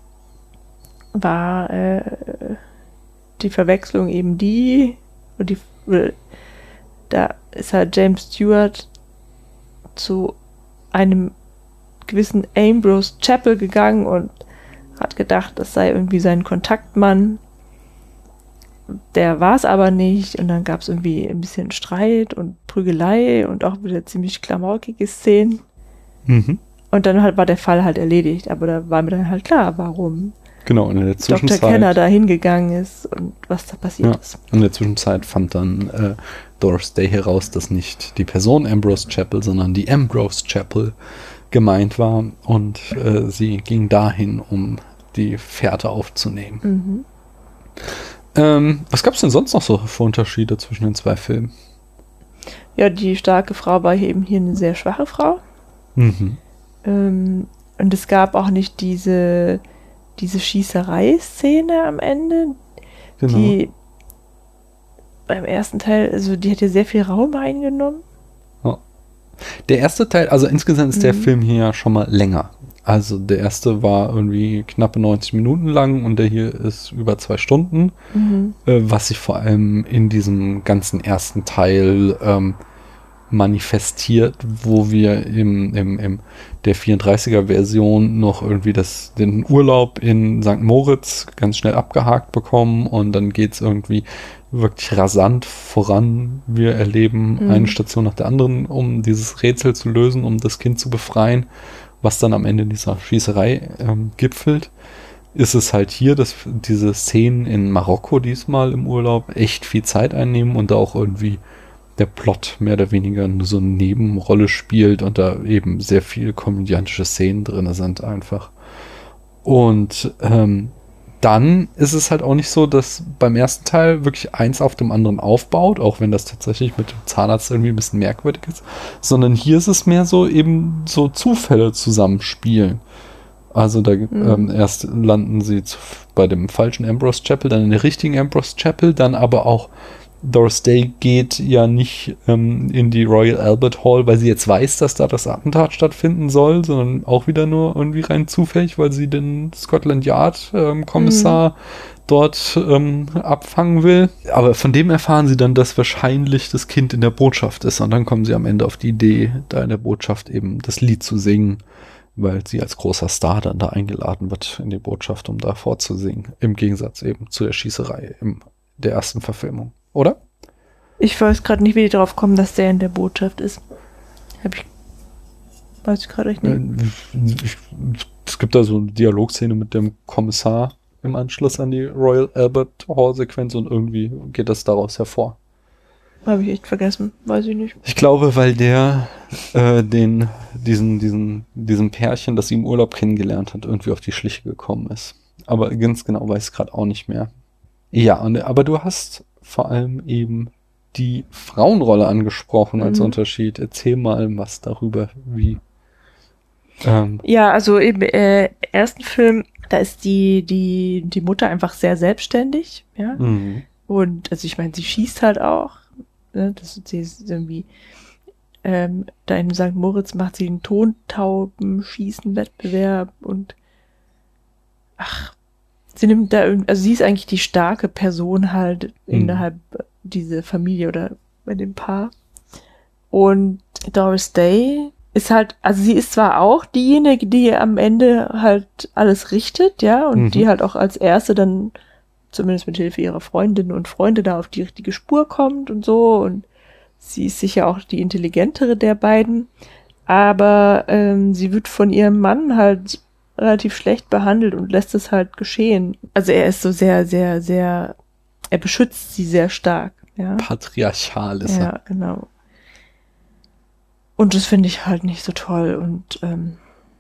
B: war äh, die Verwechslung eben die, und die oder, da ist halt James Stewart zu einem gewissen Ambrose Chapel gegangen und hat gedacht, das sei irgendwie sein Kontaktmann. Der war es aber nicht und dann gab es irgendwie ein bisschen Streit und Prügelei und auch wieder ziemlich klamaukige Szenen.
A: Mhm.
B: Und dann halt war der Fall halt erledigt, aber da war mir dann halt klar, warum
A: Genau, und in der
B: Doktor
A: Zwischenzeit.
B: Kenner da hingegangen ist und was da passiert
A: Ja.
B: ist.
A: In der Zwischenzeit fand dann äh, Doris Day heraus, dass nicht die Person Ambrose Chapel, sondern die Ambrose Chapel gemeint war und äh, sie ging dahin, um die Fährte aufzunehmen.
B: Mhm.
A: Ähm, was gab es denn sonst noch so für Unterschiede zwischen den zwei Filmen?
B: Ja, die starke Frau war eben hier eine sehr schwache Frau.
A: Mhm.
B: Ähm, und es gab auch nicht diese, diese Schießerei-Szene am Ende,
A: Genau.
B: die beim ersten Teil, also die hat ja sehr viel Raum eingenommen.
A: Der erste Teil, also insgesamt ist der
B: Mhm.
A: Film hier ja schon mal länger. Also der erste war irgendwie knappe neunzig Minuten lang und der hier ist über zwei Stunden.
B: Mhm.
A: Äh, was sich vor allem in diesem ganzen ersten Teil ähm, manifestiert, wo wir im, im, im der vierunddreißiger-Version noch irgendwie das, den Urlaub in Sankt Moritz ganz schnell abgehakt bekommen und dann geht's irgendwie wirklich rasant voran. Wir erleben
B: Mhm.
A: eine Station nach der anderen, um dieses Rätsel zu lösen, um das Kind zu befreien, was dann am Ende dieser Schießerei ähm, gipfelt. Ist es halt hier, dass diese Szenen in Marokko diesmal im Urlaub echt viel Zeit einnehmen und da auch irgendwie der Plot mehr oder weniger nur so eine Nebenrolle spielt und da eben sehr viele komödiantische Szenen drin sind einfach. Und ähm, dann ist es halt auch nicht so, dass beim ersten Teil wirklich eins auf dem anderen aufbaut, auch wenn das tatsächlich mit dem Zahnarzt irgendwie ein bisschen merkwürdig ist, sondern hier ist es mehr so eben so Zufälle zusammenspielen. Also da ähm, erst landen sie zu, bei dem falschen Ambrose Chapel, dann in der richtigen Ambrose Chapel, dann aber auch Doris Day geht ja nicht ähm, in die Royal Albert Hall, weil sie jetzt weiß, dass da das Attentat stattfinden soll, sondern auch wieder nur irgendwie rein zufällig, weil sie den Scotland Yard ähm, Kommissar mhm. dort ähm, abfangen will. Aber von dem erfahren sie dann, dass wahrscheinlich das Kind in der Botschaft ist. Und dann kommen sie am Ende auf die Idee, da in der Botschaft eben das Lied zu singen, weil sie als großer Star dann da eingeladen wird in die Botschaft, um da vorzusingen. Im Gegensatz eben zu der Schießerei in der ersten Verfilmung. Oder?
B: Ich weiß gerade nicht, wie die drauf kommen, dass der in der Botschaft ist. Hab ich. Weiß ich gerade echt nicht.
A: Es gibt da so eine Dialogszene mit dem Kommissar im Anschluss an die Royal Albert Hall Sequenz und irgendwie geht das daraus hervor.
B: Habe ich echt vergessen, weiß ich nicht.
A: Ich glaube, weil der äh, den diesen diesen diesem Pärchen, das sie im Urlaub kennengelernt hat, irgendwie auf die Schliche gekommen ist. Aber ganz genau weiß ich gerade auch nicht mehr. Ja, und, aber du hast vor allem eben die Frauenrolle angesprochen als mhm. Unterschied. Erzähl mal was darüber, wie. Ähm
B: ja, also im äh, ersten Film, da ist die die die Mutter einfach sehr selbstständig, ja. Mhm. Und also ich meine, sie schießt halt auch. Ne? Das sie ist irgendwie ähm, da in Sankt Moritz macht sie einen Tontauben-Schießen-Wettbewerb und ach. Sie nimmt da irgendwie, also sie ist eigentlich die starke Person halt mhm. innerhalb dieser Familie oder bei dem Paar. Und Doris Day ist halt, also sie ist zwar auch diejenige, die am Ende halt alles richtet, ja, und mhm. die halt auch als erste dann zumindest mit Hilfe ihrer Freundinnen und Freunde da auf die richtige Spur kommt und so. Und sie ist sicher auch die intelligentere der beiden. Aber ähm, sie wird von ihrem Mann halt relativ schlecht behandelt und lässt es halt geschehen. Also er ist so sehr, sehr, sehr, er beschützt sie sehr stark. Ja?
A: Patriarchal ist er.
B: Ja, genau. Und das finde ich halt nicht so toll. Und ähm,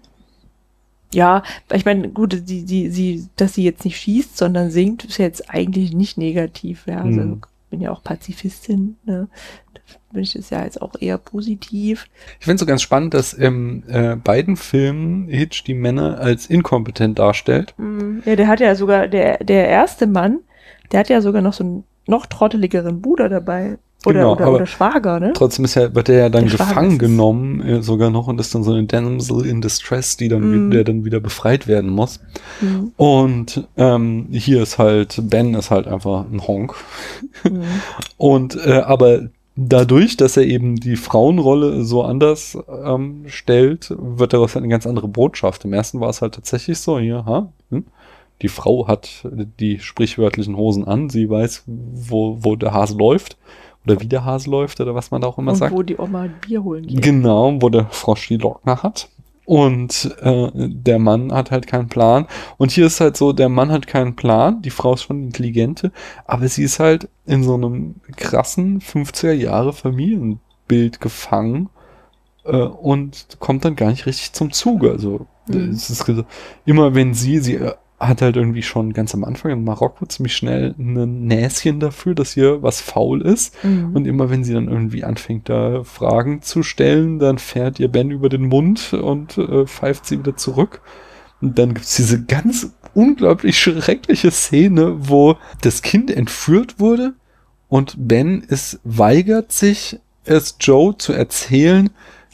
B: ja, ich meine, gut, die, die, sie, dass sie jetzt nicht schießt, sondern singt, ist jetzt eigentlich nicht negativ. Ja, also mhm. ich bin ja auch Pazifistin, ne? Bin ich das ja jetzt auch eher positiv.
A: Ich finde es so ganz spannend, dass in äh, beiden Filmen Hitch die Männer als inkompetent darstellt.
B: Ja, der hat ja sogar, der, der erste Mann, der hat ja sogar noch so einen noch trotteligeren Bruder dabei. Oder,
A: genau,
B: oder, oder Schwager, ne?
A: Trotzdem ist ja, wird er ja dann der gefangen genommen, äh, sogar noch, und ist dann so eine Damsel in Distress, die dann, mm. der dann wieder befreit werden muss. Mm. Und ähm, hier ist halt, Ben ist halt einfach ein Honk. Mm. Und äh, aber dadurch, dass er eben die Frauenrolle so anders ähm, stellt, wird daraus halt eine ganz andere Botschaft. Im ersten war es halt tatsächlich so, hier, ha, hm? Die Frau hat die sprichwörtlichen Hosen an, sie weiß, wo, wo der Hase läuft. Oder wie der Hase läuft, oder was man da auch immer
B: und
A: sagt.
B: Und wo die Oma ein Bier holen geht.
A: Genau, wo der Frosch die Lockner hat. Und äh, der Mann hat halt keinen Plan. Und hier ist halt so, der Mann hat keinen Plan, die Frau ist schon intelligente, aber sie ist halt in so einem krassen fünfziger Jahre Familienbild gefangen äh, und kommt dann gar nicht richtig zum Zuge. Also mhm. es ist immer, wenn sie, sie hat halt irgendwie schon ganz am Anfang in Marokko ziemlich schnell ein Näschen dafür, dass hier was faul ist. Mhm. Und immer wenn sie dann irgendwie anfängt, da Fragen zu stellen, dann fährt ihr Ben über den Mund und äh, pfeift sie wieder zurück. Und dann gibt's diese ganz unglaublich schreckliche Szene, wo das Kind entführt wurde und Ben es weigert sich, es Joe zu erzählen,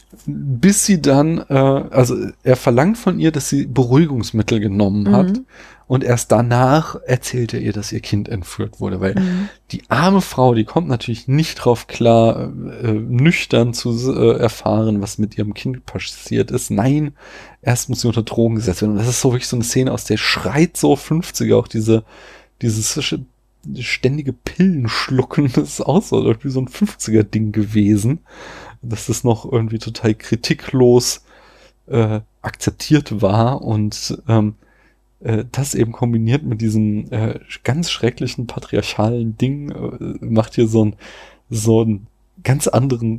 A: bis sie dann, äh, also er verlangt von ihr, dass sie Beruhigungsmittel genommen hat mhm. und erst danach erzählt er ihr, dass ihr Kind entführt wurde, weil mhm. die arme Frau, die kommt natürlich nicht drauf klar, äh, nüchtern zu äh, erfahren, was mit ihrem Kind passiert ist. Nein, erst muss sie unter Drogen gesetzt werden. Und das ist so wirklich so eine Szene, aus der schreit so fünfziger, auch diese, dieses ständige Pillenschlucken, das ist auch so irgendwie so ein fünfziger-Ding gewesen. Dass das noch irgendwie total kritiklos äh, akzeptiert war und ähm, äh, das eben kombiniert mit diesem äh, ganz schrecklichen patriarchalen Ding äh, macht hier so ein so einen ganz anderen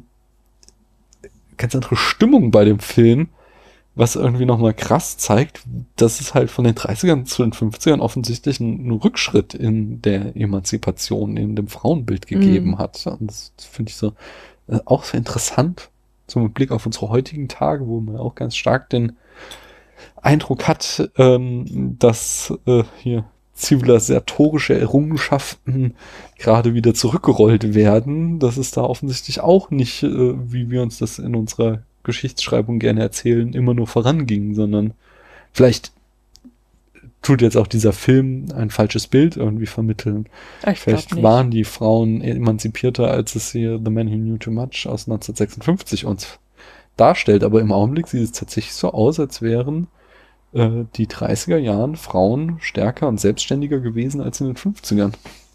A: ganz andere Stimmung bei dem Film, was irgendwie nochmal krass zeigt, dass es halt von den dreißigern zu den fünfzigern offensichtlich einen, einen Rückschritt in der Emanzipation, in dem Frauenbild gegeben mhm. hat. Und das finde ich so auch sehr interessant, zum Blick auf unsere heutigen Tage, wo man auch ganz stark den Eindruck hat, ähm, dass äh, hier zivilisatorische Errungenschaften gerade wieder zurückgerollt werden, dass es da offensichtlich auch nicht, äh, wie wir uns das in unserer Geschichtsschreibung gerne erzählen, immer nur voranging, sondern vielleicht tut jetzt auch dieser Film ein falsches Bild irgendwie vermitteln.
B: Ich
A: Vielleicht
B: glaub nicht.
A: waren die Frauen emanzipierter, als es hier The Man Who Knew Too Much aus neunzehnhundertsechsundfünfzig uns darstellt. Aber im Augenblick sieht es tatsächlich so aus, als wären äh, die dreißiger Jahren Frauen stärker und selbstständiger gewesen als in den fünfzigern.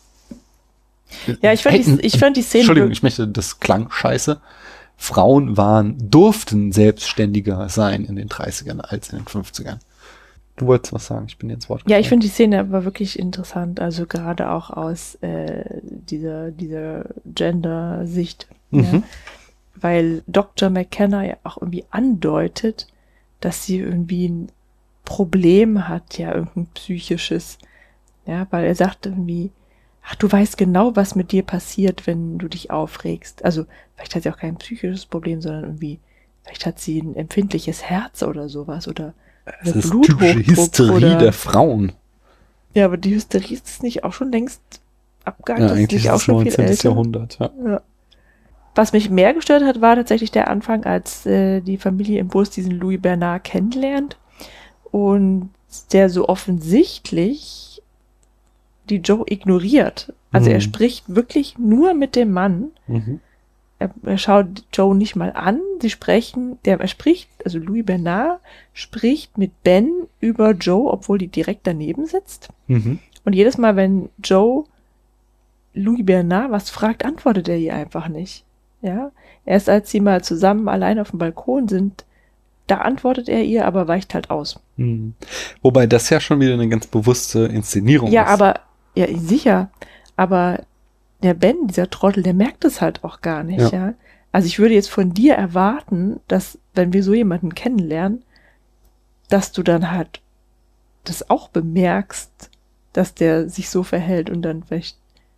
B: Ja, ich fand,
A: Hätten-
B: die, ich fand die Szene...
A: Entschuldigung, ich möchte, das klang scheiße. Frauen waren, durften selbstständiger sein in den dreißigern als in den fünfzigern. Du wolltest was sagen, ich bin jetzt Wort
B: Ja, ich
A: gefallen.
B: finde die Szene aber wirklich interessant, also gerade auch aus äh, dieser, dieser Gender-Sicht.
A: Mhm.
B: Ja, weil Doktor McKenna ja auch irgendwie andeutet, dass sie irgendwie ein Problem hat, ja, irgendein psychisches. Ja, weil er sagt irgendwie, ach, du weißt genau, was mit dir passiert, wenn du dich aufregst. Also, vielleicht hat sie auch kein psychisches Problem, sondern irgendwie, vielleicht hat sie ein empfindliches Herz oder sowas oder
A: Das ist
B: Bluthochdruck
A: typische Hysterie
B: oder-
A: der Frauen.
B: Ja, aber die Hysterie ist es nicht auch schon längst abgehakt?
A: Ja,
B: Das ist
A: eigentlich
B: nicht
A: ist
B: auch
A: es
B: schon viel
A: neunzehnten.
B: älter?
A: Jahrhundert. Ja.
B: Ja. Was mich mehr gestört hat, war tatsächlich der Anfang, als äh, die Familie im Bus diesen Louis Bernard kennenlernt und der so offensichtlich die Joe ignoriert. Also
A: Mhm.
B: er spricht wirklich nur mit dem Mann.
A: Mhm.
B: Er, er schaut Joe nicht mal an. Sie sprechen, der er spricht, also Louis Bernard spricht mit Ben über Joe, obwohl die direkt daneben sitzt.
A: Mhm.
B: Und jedes Mal, wenn Joe Louis Bernard was fragt, antwortet er ihr einfach nicht. Ja, erst als sie mal zusammen allein auf dem Balkon sind, da antwortet er ihr, aber weicht halt aus.
A: Mhm. Wobei das ja schon wieder eine ganz bewusste Inszenierung
B: Ja,
A: ist.
B: aber, ja, sicher, aber der Ben, dieser Trottel, der merkt es halt auch gar nicht,
A: Ja.
B: ja. Also ich würde jetzt von dir erwarten, dass, wenn wir so jemanden kennenlernen, dass du dann halt das auch bemerkst, dass der sich so verhält und dann vielleicht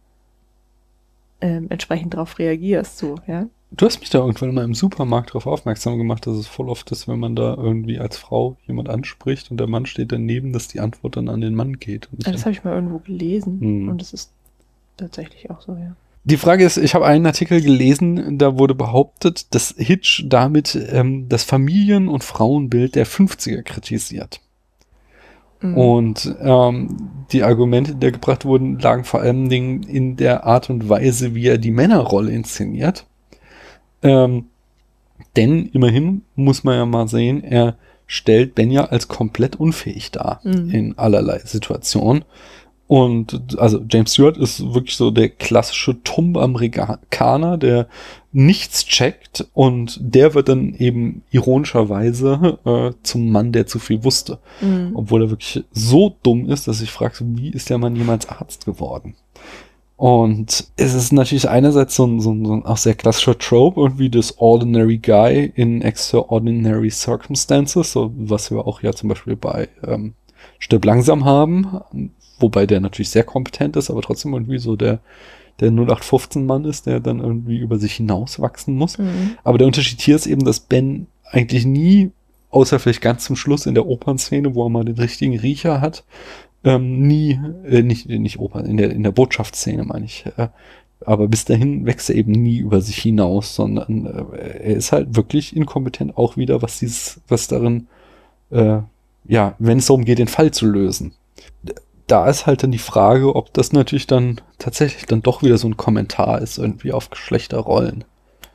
B: ähm, entsprechend darauf reagierst, so, ja.
A: Du hast mich da irgendwann mal im Supermarkt darauf aufmerksam gemacht, dass es voll oft ist, wenn man da irgendwie als Frau jemand anspricht und der Mann steht daneben, dass die Antwort dann an den Mann geht. Und nicht
B: Also das
A: an-
B: habe ich mal irgendwo gelesen
A: Hm.
B: und es ist tatsächlich auch so, ja.
A: Die Frage ist, ich habe einen Artikel gelesen, da wurde behauptet, dass Hitch damit ähm, das Familien- und Frauenbild der fünfziger kritisiert.
B: Mhm.
A: Und ähm, die Argumente, die da gebracht wurden, lagen vor allen Dingen in der Art und Weise, wie er die Männerrolle inszeniert. Ähm, denn immerhin muss man ja mal sehen, er stellt Ben ja als komplett unfähig dar
B: Mhm.
A: in allerlei Situationen. Und also James Stewart ist wirklich so der klassische Tumb-Amerikaner, der nichts checkt, und der wird dann eben ironischerweise äh, zum Mann, der zu viel wusste.
B: Mhm.
A: Obwohl er wirklich so dumm ist, dass ich frage, so, wie ist der Mann jemals Arzt geworden? Und es ist natürlich einerseits so ein, so ein, so ein auch sehr klassischer Trope, irgendwie das Ordinary Guy in Extraordinary Circumstances, so was wir auch ja zum Beispiel bei ähm, Stirb langsam haben, wobei der natürlich sehr kompetent ist, aber trotzdem irgendwie so der, der null acht fünfzehn Mann ist, der dann irgendwie über sich hinauswachsen muss.
B: Mhm.
A: Aber der Unterschied hier ist eben, dass Ben eigentlich nie, außer vielleicht ganz zum Schluss in der Opernszene, wo er mal den richtigen Riecher hat, ähm, nie, äh, nicht, nicht Opern, in der, in der Botschaftsszene meine ich, äh, aber bis dahin wächst er eben nie über sich hinaus, sondern äh, er ist halt wirklich inkompetent auch wieder, was dieses, was darin, äh, ja, wenn es darum geht, den Fall zu lösen. Da ist halt dann die Frage, ob das natürlich dann tatsächlich dann doch wieder so ein Kommentar ist, irgendwie auf Geschlechterrollen.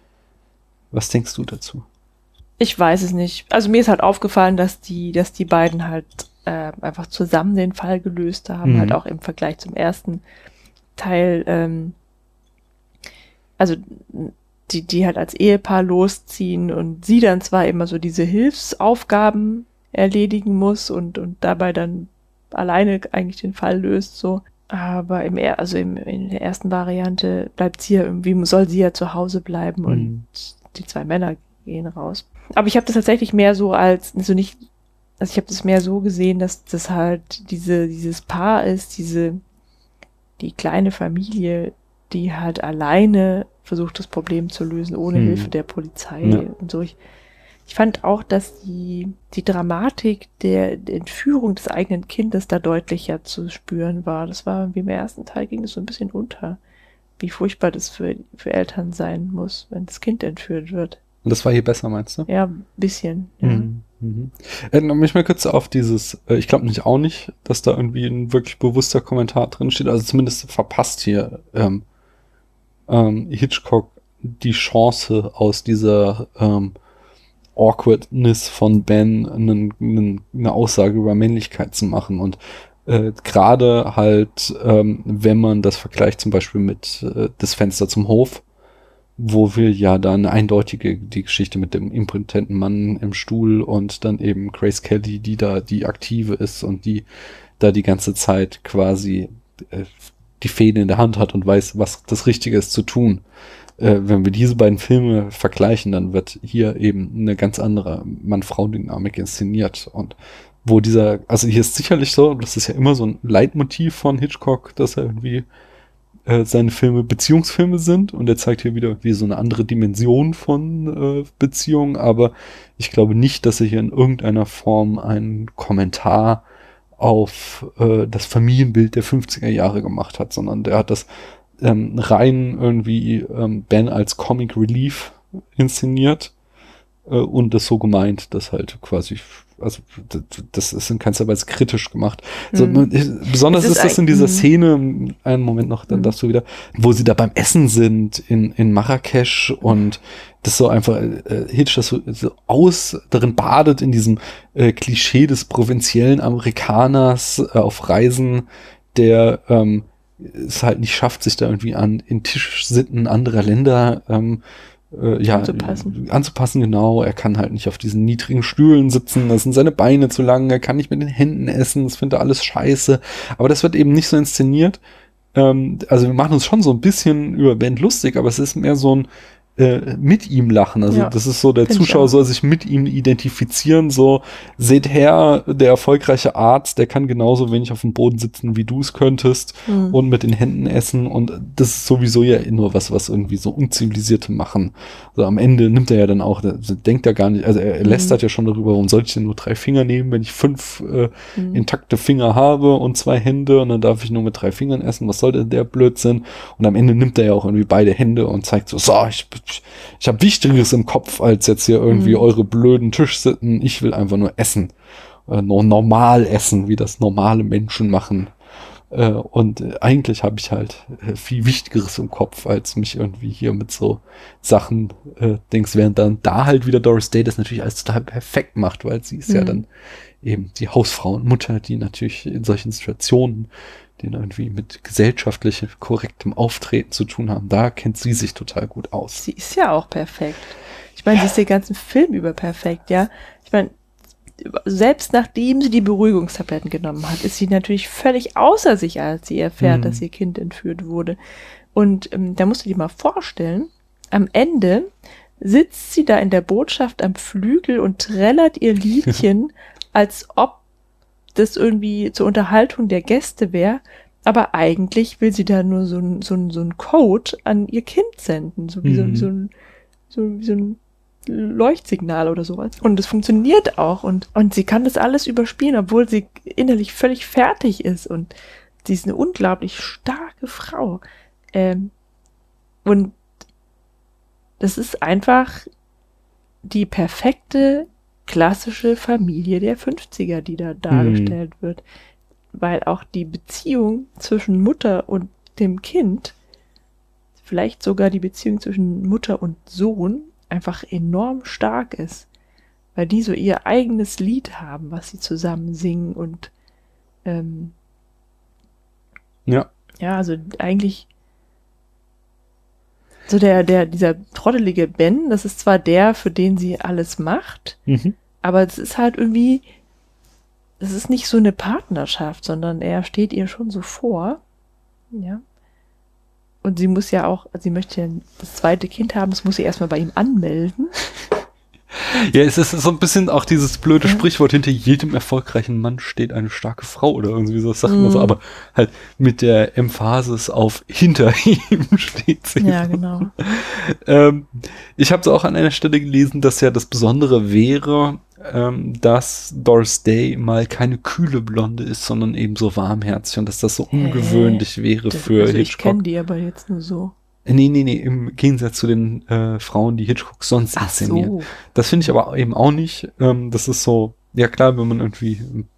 A: Was denkst du dazu?
B: Ich weiß es nicht. Also mir ist halt aufgefallen, dass die, dass die beiden halt äh, einfach zusammen den Fall gelöst haben,
A: Mhm.
B: halt auch im Vergleich zum ersten Teil. Ähm, also die, die halt als Ehepaar losziehen und sie dann zwar immer so diese Hilfsaufgaben erledigen muss und, und dabei dann alleine eigentlich den Fall löst, so. Aber im, er- also im, in der ersten Variante bleibt sie ja irgendwie, soll sie ja zu Hause bleiben und
A: Mhm.
B: die zwei Männer gehen raus. Aber ich habe das tatsächlich mehr so als, also nicht, also ich habe das mehr so gesehen, dass das halt diese, dieses Paar ist, diese, die kleine Familie, die halt alleine versucht, das Problem zu lösen, ohne
A: Hm.
B: Hilfe der Polizei
A: Ja.
B: und so. Ich Ich fand auch, dass die, die Dramatik der, der Entführung des eigenen Kindes da deutlicher zu spüren war. Das war, wie im ersten Teil ging das so ein bisschen unter. Wie furchtbar das für, für Eltern sein muss, wenn das Kind entführt wird.
A: Und das war hier besser, meinst du?
B: Ja, ein bisschen. Ja.
A: Mhm. Mhm. Äh, mich mal kurz auf dieses, äh, ich glaube nicht auch nicht, dass da irgendwie ein wirklich bewusster Kommentar drin steht, also zumindest verpasst hier ähm, ähm, Hitchcock die Chance aus dieser ähm, Awkwardness von Ben einen, einen, eine Aussage über Männlichkeit zu machen und äh, gerade halt, ähm, wenn man das vergleicht zum Beispiel mit äh, das Fenster zum Hof, wo wir ja dann eindeutige die Geschichte mit dem impotenten Mann im Stuhl und dann eben Grace Kelly, die da die Aktive ist und die da die ganze Zeit quasi äh, die Fäden in der Hand hat und weiß, was das Richtige ist zu tun. Äh, wenn wir diese beiden Filme vergleichen, dann wird hier eben eine ganz andere Mann-Frau-Dynamik inszeniert und wo dieser, also hier ist sicherlich so, das ist ja immer so ein Leitmotiv von Hitchcock, dass er irgendwie seine Filme Beziehungsfilme sind und er zeigt hier wieder irgendwie so eine andere Dimension von äh, Beziehungen, aber ich glaube nicht, dass er hier in irgendeiner Form einen Kommentar auf äh, das Familienbild der fünfziger Jahre gemacht hat, sondern der hat das ähm, rein irgendwie ähm, Ben als Comic Relief inszeniert äh, und das so gemeint, dass halt quasi also das ist in keinster Weise kritisch gemacht. Also,
B: Mhm.
A: besonders
B: Es ist
A: ist das in
B: ein-
A: dieser
B: mhm.
A: Szene, einen Moment noch, dann
B: Mhm.
A: darfst du wieder, wo sie da beim Essen sind in, in Marrakesch und das so einfach, äh, Hitch das so, so aus, darin badet in diesem äh, Klischee des provinziellen Amerikaners äh, auf Reisen, der ähm, es halt nicht schafft, sich da irgendwie an in Tischsitten anderer Länder ähm, Äh, ja,
B: Anzupassen.
A: anzupassen, genau. Er kann halt nicht auf diesen niedrigen Stühlen sitzen, da sind seine Beine zu lang, er kann nicht mit den Händen essen, das findet er alles scheiße. Aber das wird eben nicht so inszeniert. Ähm, also wir machen uns schon so ein bisschen über Ben lustig, aber es ist mehr so ein äh, mit ihm lachen. Also
B: Ja,
A: das ist so, der
B: find ich
A: Zuschauer
B: auch.
A: soll sich mit ihm identifizieren, so, seht her, der erfolgreiche Arzt, der kann genauso wenig auf dem Boden sitzen, wie du es könntest
B: Mhm.
A: und mit den Händen essen und das ist sowieso ja nur was, was irgendwie so Unzivilisierte machen. Also am Ende nimmt er ja dann auch, der, der denkt er gar nicht, also er, er
B: Mhm.
A: lästert ja schon darüber, warum soll ich denn nur drei Finger nehmen, wenn ich fünf äh,
B: Mhm.
A: intakte Finger habe und zwei Hände und dann darf ich nur mit drei Fingern essen, was soll denn der Blödsinn? Und am Ende nimmt er ja auch irgendwie beide Hände und zeigt so, so, ich, ich, ich habe Wichtigeres im Kopf, als jetzt hier irgendwie
B: Mhm.
A: eure blöden Tischsitten, ich will einfach nur essen. Äh, nur normal essen, wie das normale Menschen machen. Äh, und äh, eigentlich habe ich halt äh, viel Wichtigeres im Kopf, als mich irgendwie hier mit so Sachen äh, denkst, während dann da halt wieder Doris Day das natürlich alles total perfekt macht, weil sie ist ja
B: Mhm.
A: dann eben die Hausfrau und Mutter, die natürlich in solchen Situationen, die irgendwie mit gesellschaftlich korrektem Auftreten zu tun haben, da kennt sie sich total gut aus.
B: Sie ist ja auch perfekt. Ich meine, sie ist den ganzen Film über perfekt, ja. Ich meine, selbst nachdem sie die Beruhigungstabletten genommen hat, ist sie natürlich völlig außer sich, als sie erfährt,
A: Mhm.
B: dass ihr Kind entführt wurde. Und ähm, da musst du dir mal vorstellen, am Ende sitzt sie da in der Botschaft am Flügel und trällert ihr Liedchen, als ob das irgendwie zur Unterhaltung der Gäste wäre. Aber eigentlich will sie da nur so ein, so ein, so ein Code an ihr Kind senden, so wie, so,
A: Mhm.
B: wie, so, ein, so, wie so ein Leuchtsignal oder sowas. Und es funktioniert auch und, und sie kann das alles überspielen, obwohl sie innerlich völlig fertig ist und sie ist eine unglaublich starke Frau. Ähm, und das ist einfach die perfekte klassische Familie der fünfziger, die da dargestellt wird. Weil auch die Beziehung zwischen Mutter und dem Kind, vielleicht sogar die Beziehung zwischen Mutter und Sohn, einfach enorm stark ist. Weil die so ihr eigenes Lied haben, was sie zusammen singen und ähm,
A: Ja.
B: ja, also eigentlich so der, der, dieser trottelige Ben, das ist zwar der, für den sie alles macht,
A: Mhm.
B: aber es ist halt irgendwie, es ist nicht so eine Partnerschaft, sondern er steht ihr schon so vor, ja. Und sie muss ja auch, sie möchte ja das zweite Kind haben, das muss sie erstmal bei ihm anmelden.
A: Ja, es ist so ein bisschen auch dieses blöde
B: Ja.
A: Sprichwort, hinter jedem erfolgreichen Mann steht eine starke Frau oder irgendwie so, das sagt man so,
B: Mhm.
A: aber halt mit der Emphasis auf hinter ihm steht sie.
B: Ja, genau.
A: Ähm, ich habe es auch an einer Stelle gelesen, dass ja das Besondere wäre, ähm, dass Doris Day mal keine kühle Blonde ist, sondern eben so warmherzig und dass das so
B: Hä?
A: ungewöhnlich wäre
B: Das,
A: für
B: also ich
A: Hitchcock.
B: kenne die aber jetzt nur so.
A: Nee, nee, nee, im Gegensatz zu den äh, Frauen, die Hitchcock sonst
B: Ach
A: inszeniert.
B: so.
A: Das finde ich aber eben auch nicht. Ähm, das ist so, ja klar, wenn man irgendwie ein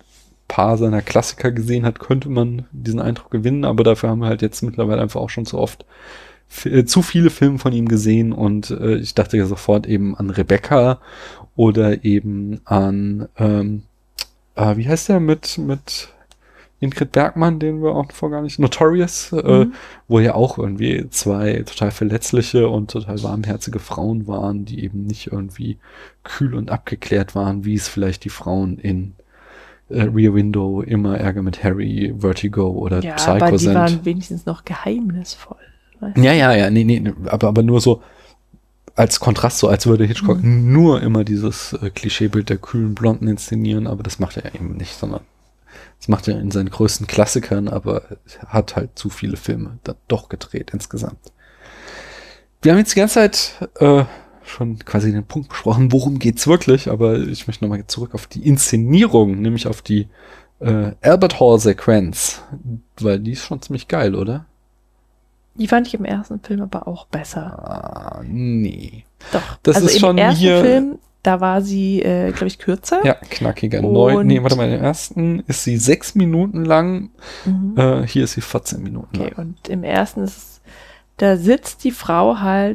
A: paar seiner Klassiker gesehen hat, könnte man diesen Eindruck gewinnen, aber dafür haben wir halt jetzt mittlerweile einfach auch schon zu oft f- äh, zu viele Filme von ihm gesehen und äh, ich dachte ja sofort eben an Rebecca oder eben an, ähm, äh, wie heißt der mit, mit Ingrid Bergmann, den wir auch vor gar nicht, Notorious, äh,
B: Mhm.
A: wo ja auch irgendwie zwei total verletzliche und total warmherzige Frauen waren, die eben nicht irgendwie kühl und abgeklärt waren, wie es vielleicht die Frauen in äh, Rear Window, Immer Ärger mit Harry, Vertigo oder
B: Ja,
A: Psycho
B: aber die
A: sind.
B: waren wenigstens noch geheimnisvoll. weißt
A: Ja, ja, ja, nee, nee, nee, aber, aber nur so als Kontrast, so als würde Hitchcock
B: Mhm.
A: nur immer dieses äh, Klischeebild der kühlen Blonden inszenieren, aber das macht er eben nicht, sondern das macht er in seinen größten Klassikern, aber hat halt zu viele Filme dann doch gedreht insgesamt. Wir haben jetzt die ganze Zeit äh, schon quasi den Punkt besprochen, worum geht's wirklich, aber ich möchte nochmal zurück auf die Inszenierung, nämlich auf die äh, Albert Hall-Sequenz, weil die ist schon ziemlich geil, oder?
B: Die fand ich im ersten Film aber auch besser.
A: Ah, nee.
B: Doch.
A: Das
B: also
A: ist
B: im
A: schon
B: ersten
A: hier-
B: Film, da war sie, äh, glaube ich, kürzer.
A: Ja, knackiger.
B: Und-
A: Neun, nee, warte mal, im ersten ist sie sechs Minuten lang,
B: Mhm.
A: äh, hier ist sie vierzehn Minuten
B: Okay,
A: lang.
B: und im ersten ist es, da sitzt die Frau halt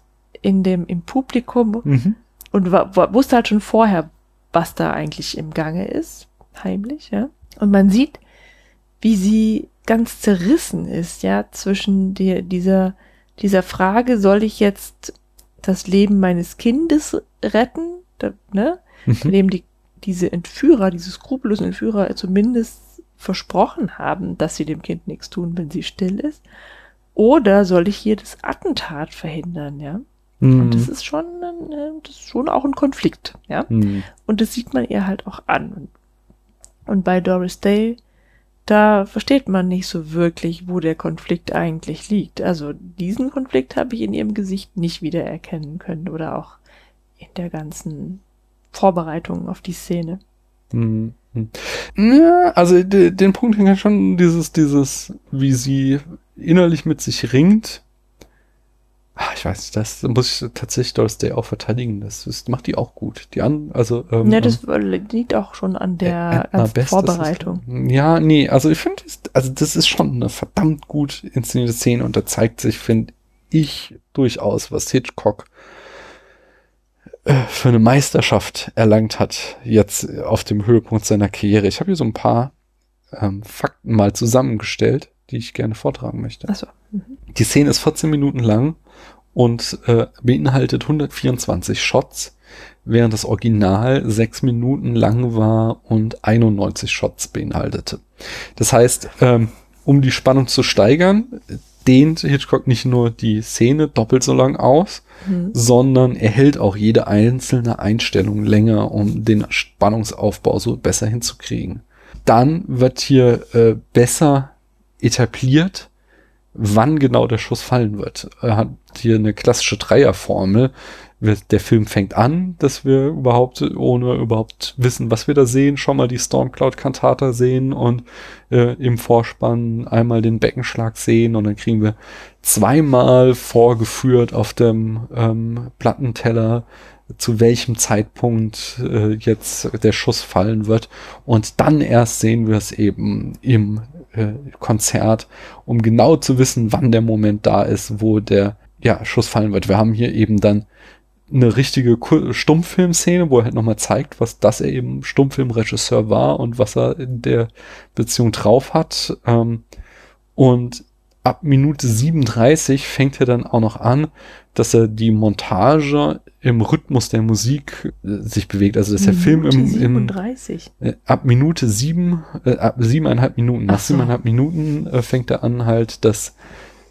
B: in dem, im Publikum
A: Mhm.
B: und wa- wa- wusste halt schon vorher, was da eigentlich im Gange ist, heimlich, ja. Und man sieht, wie sie ganz zerrissen ist, ja, zwischen der, dieser, dieser Frage, soll ich jetzt das Leben meines Kindes retten, da, ne,
A: Mhm.
B: dem die, diese Entführer, diese skrupellosen Entführer zumindest versprochen haben, dass sie dem Kind nichts tun, wenn sie still ist, oder soll ich hier das Attentat verhindern, ja? Und das ist schon, ein, äh, das ist schon auch ein Konflikt, ja.
A: Mhm.
B: Und das sieht man ihr halt auch an. Und, und bei Doris Day, da versteht man nicht so wirklich, wo der Konflikt eigentlich liegt. Also diesen Konflikt habe ich in ihrem Gesicht nicht wiedererkennen können oder auch in der ganzen Vorbereitung auf die Szene.
A: Mhm. Ja, also de, den Punkt hängt ja schon dieses, dieses, wie sie innerlich mit sich ringt. Ah, ich weiß nicht, das muss ich tatsächlich Doris Day auch verteidigen. Das, das macht die auch gut. Die an, also ähm,
B: Ja, das liegt auch schon an der
A: Edna
B: ganzen
A: Best,
B: Vorbereitung.
A: Das ist, ja, nee, also ich finde, also das ist schon eine verdammt gut inszenierte Szene und da zeigt sich, finde ich, durchaus, was Hitchcock äh, für eine Meisterschaft erlangt hat, jetzt auf dem Höhepunkt seiner Karriere. Ich habe hier so ein paar ähm, Fakten mal zusammengestellt, die ich gerne vortragen möchte.
B: Achso. Mhm.
A: Die Szene ist vierzehn Minuten lang und äh, beinhaltet hundertvierundzwanzig Shots, während das Original sechs Minuten lang war und einundneunzig Shots beinhaltete. Das heißt, ähm, um die Spannung zu steigern, dehnt Hitchcock nicht nur die Szene doppelt so lang aus,
B: Mhm.
A: sondern er hält auch jede einzelne Einstellung länger, um den Spannungsaufbau so besser hinzukriegen. Dann wird hier äh, besser etabliert, wann genau der Schuss fallen wird. Er hat hier eine klassische Dreierformel. Der Film fängt an, dass wir überhaupt, ohne überhaupt wissen, was wir da sehen, schon mal die Stormcloud-Kantata sehen und äh, im Vorspann einmal den Beckenschlag sehen und dann kriegen wir zweimal vorgeführt auf dem ähm, Plattenteller, zu welchem Zeitpunkt äh, jetzt der Schuss fallen wird und dann erst sehen wir es eben im äh, Konzert, um genau zu wissen, wann der Moment da ist, wo der ja, Schuss fallen wird. Wir haben hier eben dann eine richtige Stummfilmszene, wo er halt nochmal zeigt, was, dass er eben Stummfilmregisseur war und was er in der Beziehung drauf hat. Ähm, und ab Minute siebenunddreißig fängt er dann auch noch an, dass er die Montage im Rhythmus der Musik äh, sich bewegt. Also dass der Film im, im
B: siebenunddreißig.
A: äh, ab Minute sieben, äh, ab siebeneinhalb Minuten, nach
B: Ach so.
A: siebeneinhalb Minuten äh, fängt er an halt, dass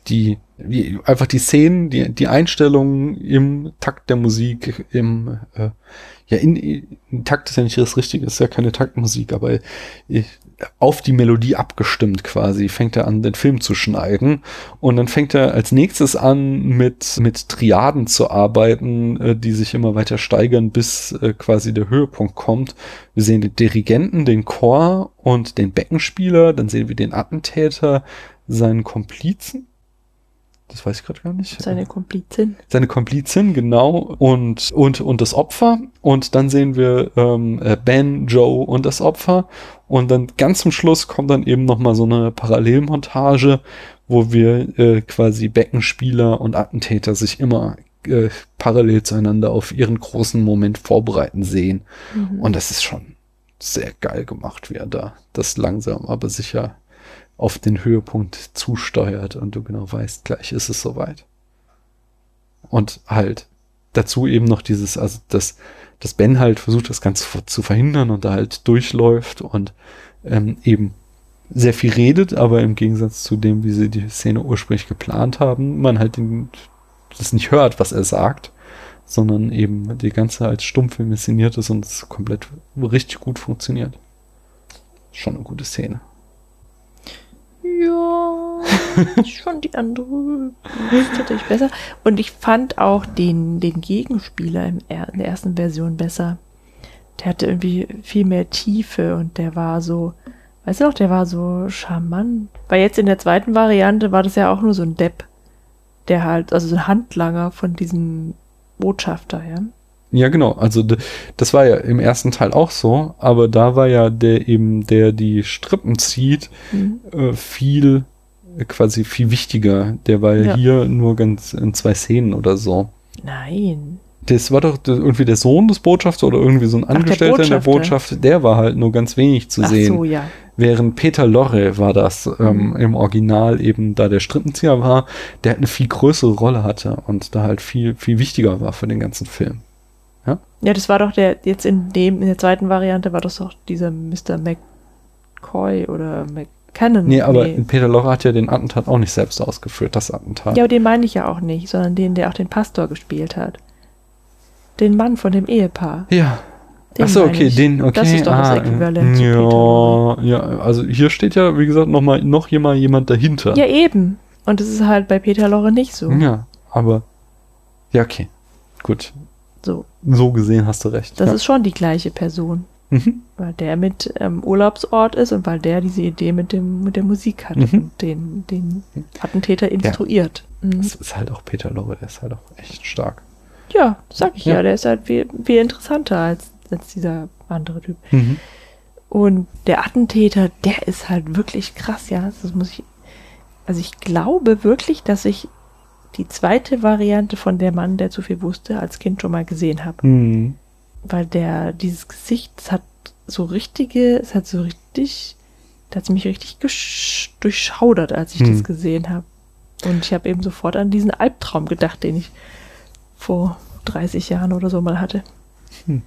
A: die, wie, einfach die Szenen, die, die Einstellungen im Takt der Musik, im, äh, ja, in, in Takt ist ja nicht das Richtige, ist ja keine Taktmusik, aber äh, auf die Melodie abgestimmt quasi, fängt er an, den Film zu schneiden. Und dann fängt er als nächstes an, mit, mit Triaden zu arbeiten, äh, die sich immer weiter steigern, bis äh, quasi der Höhepunkt kommt. Wir sehen den Dirigenten, den Chor und den Beckenspieler, dann sehen wir den Attentäter, seinen Komplizen. Das weiß ich gerade gar nicht.
B: Seine Komplizin.
A: Seine Komplizin, genau. Und, und, und das Opfer. Und dann sehen wir ähm, Ben, Joe und das Opfer. Und dann ganz zum Schluss kommt dann eben nochmal so eine Parallelmontage, wo wir äh, quasi Beckenspieler und Attentäter sich immer äh, parallel zueinander auf ihren großen Moment vorbereiten sehen. Mhm. Und das ist schon sehr geil gemacht, wie er da das langsam, aber sicher auf den Höhepunkt zusteuert und du genau weißt, gleich ist es soweit. Und halt dazu eben noch dieses, also dass, dass Ben halt versucht, das Ganze zu verhindern und da halt durchläuft und ähm, eben sehr viel redet, aber im Gegensatz zu dem, wie sie die Szene ursprünglich geplant haben, man halt den, das nicht hört, was er sagt, sondern eben die ganze als Stummfilm inszeniert ist und es komplett richtig gut funktioniert. Schon eine gute Szene.
B: Ja, schon die andere ist tatsächlich besser. Und ich fand auch den, den Gegenspieler im er, in der ersten Version besser. Der hatte irgendwie viel mehr Tiefe und der war so, weißt du noch, der war so charmant. Weil jetzt in der zweiten Variante war das ja auch nur so ein Depp, der halt, also so ein Handlanger von diesem Botschafter, ja.
A: Ja, genau. Also d- das war ja im ersten Teil auch so, aber da war ja der eben, der die Strippen zieht, mhm. äh, viel, äh, quasi viel wichtiger. Der war ja hier nur ganz in zwei Szenen oder so.
B: Nein.
A: Das war doch d- irgendwie der Sohn des Botschafters oder irgendwie so ein Angestellter Ach, in der Botschaft. Der war halt nur ganz wenig zu
B: Ach
A: sehen.
B: so, ja.
A: Während Peter Lorre war das ähm, mhm. im Original eben, da der Strippenzieher war, der halt eine viel größere Rolle hatte und da halt viel, viel wichtiger war für den ganzen Film. Ja?
B: Ja, das war doch der, jetzt in dem, in der zweiten Variante war das doch dieser Mister McCoy oder McCannon.
A: Nee, aber nee. Peter Lorre hat ja den Attentat auch nicht selbst ausgeführt, das Attentat.
B: Ja, aber den meine ich ja auch nicht, sondern den, der auch den Pastor gespielt hat. Den Mann von dem Ehepaar.
A: Ja. Achso, okay, ich. den, okay.
B: Das ist doch
A: ah,
B: das Äquivalent zu
A: ja,
B: Peter Lorre.
A: Ja, also hier steht ja, wie gesagt, noch mal noch jemand, jemand dahinter.
B: Ja, eben. Und das ist halt bei Peter Lorre nicht so.
A: Ja, aber, ja, okay, gut.
B: So.
A: So gesehen hast du recht.
B: Das
A: ja.
B: ist schon die gleiche Person. Mhm. Weil der mit ähm, Urlaubsort ist und weil der diese Idee mit dem mit der Musik hat mhm. und den, den Attentäter instruiert.
A: Ja. Mhm. Das ist halt auch Peter Lorre, der ist halt auch echt stark.
B: Ja, sag ich ja, ja der ist halt viel, viel interessanter als, als dieser andere Typ. Mhm. Und der Attentäter, der ist halt wirklich krass, ja. Das muss ich. Also ich glaube wirklich, dass ich die zweite Variante von Der Mann, der zu viel wusste, als Kind schon mal gesehen habe. Mhm. Weil der, dieses Gesicht, das hat so richtige, es hat so richtig, da hat es mich richtig gesch- durchschaudert, als ich mhm. das gesehen habe. Und ich habe eben sofort an diesen Albtraum gedacht, den ich vor dreißig Jahren oder so mal hatte. Hm.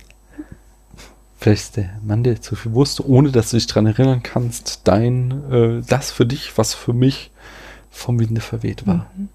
A: Vielleicht ist der Mann, der zu viel wusste, ohne dass du dich dran erinnern kannst, dein, äh, das für dich, was für mich vom Winde verweht war. Mhm.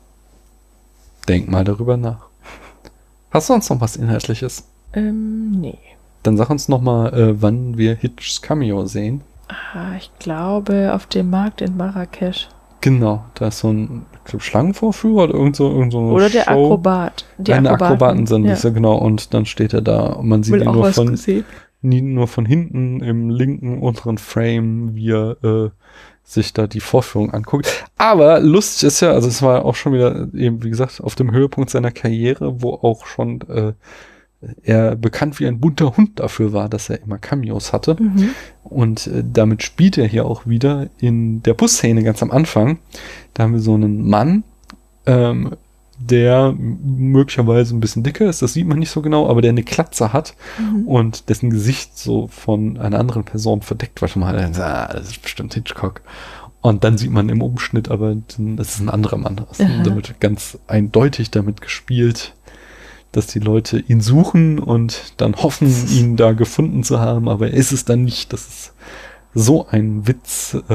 A: Denk mal darüber nach. Hast du sonst noch was Inhaltliches?
B: Ähm, nee.
A: Dann sag uns noch mal, äh, wann wir Hitchs Cameo sehen.
B: Ah, ich glaube auf dem Markt in Marrakesch.
A: Genau, da ist so ein ich glaub, Schlangenvorführer oder irgend so, irgend so eine
B: Oder der
A: Show.
B: Akrobat. Die
A: Eine
B: Akrobaten,
A: Akrobaten sind
B: ja.
A: diese, genau. Und dann steht er da und man sieht
B: Will
A: ihn
B: auch
A: nur
B: was
A: von,
B: gesehen.
A: nie, nur von hinten im linken unteren Frame, wie er äh, sich da die Vorführung anguckt. Aber lustig ist ja, also es war auch schon wieder eben, wie gesagt, auf dem Höhepunkt seiner Karriere, wo auch schon äh, er bekannt wie ein bunter Hund dafür war, dass er immer Cameos hatte. Mhm. Und äh, damit spielt er hier auch wieder in der Busszene ganz am Anfang. Da haben wir so einen Mann, ähm, der möglicherweise ein bisschen dicker ist, das sieht man nicht so genau, aber der eine Glatze hat mhm. und dessen Gesicht so von einer anderen Person verdeckt wird. Man hat ah, das ist bestimmt Hitchcock. Und dann sieht man im Umschnitt, aber das ist ein anderer Mann. Also da wird ganz eindeutig damit gespielt, dass die Leute ihn suchen und dann hoffen, ihn da gefunden zu haben, aber er ist es dann nicht. Das ist so ein Witz, äh,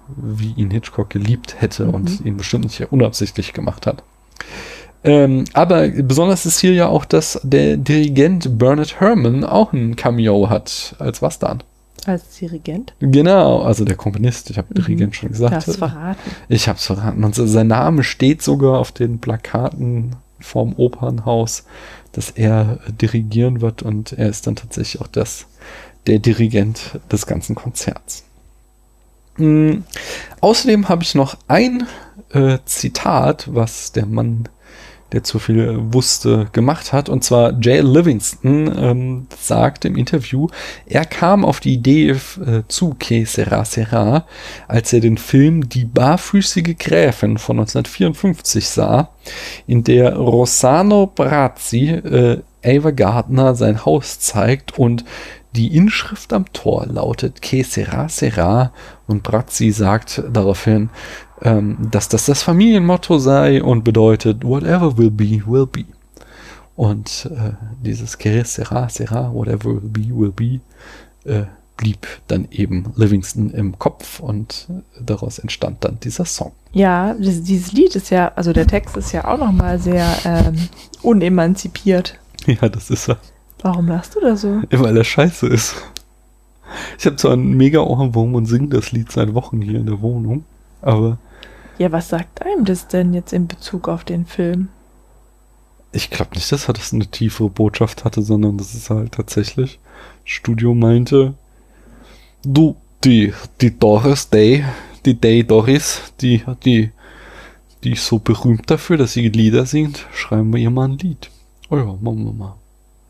A: wie ihn Hitchcock geliebt hätte
B: Mhm.
A: und ihn bestimmt nicht unabsichtlich gemacht hat. Ähm, aber besonders ist hier ja auch, dass der Dirigent Bernard Herrmann auch ein Cameo hat. Als was dann?
B: Als Dirigent.
A: Genau, also der Komponist, ich habe
B: Mhm.
A: Dirigent schon
B: Du
A: gesagt.
B: hast verraten.
A: Ich habe es verraten. Und so- sein Name steht sogar auf den Plakaten vorm Opernhaus, dass er äh, dirigieren wird und er ist dann tatsächlich auch das, der Dirigent des ganzen Konzerts. Mm, Außerdem habe ich noch ein äh, Zitat, was der Mann, der zu viel wusste, gemacht hat. Und zwar J L. Livingston ähm, sagt im Interview, er kam auf die Idee äh, zu Que Sera Sera, als er den Film Die barfüßige Gräfin von neunzehnhundertvierundfünfzig sah, in der Rossano Brazzi äh, Ava Gardner sein Haus zeigt und die Inschrift am Tor lautet Que Sera Sera und Brazzi sagt daraufhin, ähm, dass das das Familienmotto sei und bedeutet whatever will be, will be. Und äh, dieses Que Sera Sera, whatever will be, will be, äh, blieb dann eben Livingston im Kopf und äh, daraus entstand dann dieser Song.
B: Ja, das, dieses Lied ist ja, also der Text ist ja auch nochmal sehr ähm, unemanzipiert.
A: Ja, das ist er.
B: Warum lachst du da so?
A: Weil er scheiße ist. Ich habe zwar einen mega Ohrwurm und singe das Lied seit Wochen hier in der Wohnung, aber
B: Ja, was sagt einem das denn jetzt in Bezug auf den Film?
A: ich glaube nicht, dass er das eine tiefere Botschaft hatte, sondern das ist halt tatsächlich, Studio meinte, du, die, die Doris Day, die Day Doris, die, die, die ist so berühmt dafür, dass sie Lieder singt, schreiben wir ihr mal ein Lied. Oh ja, machen wir mal.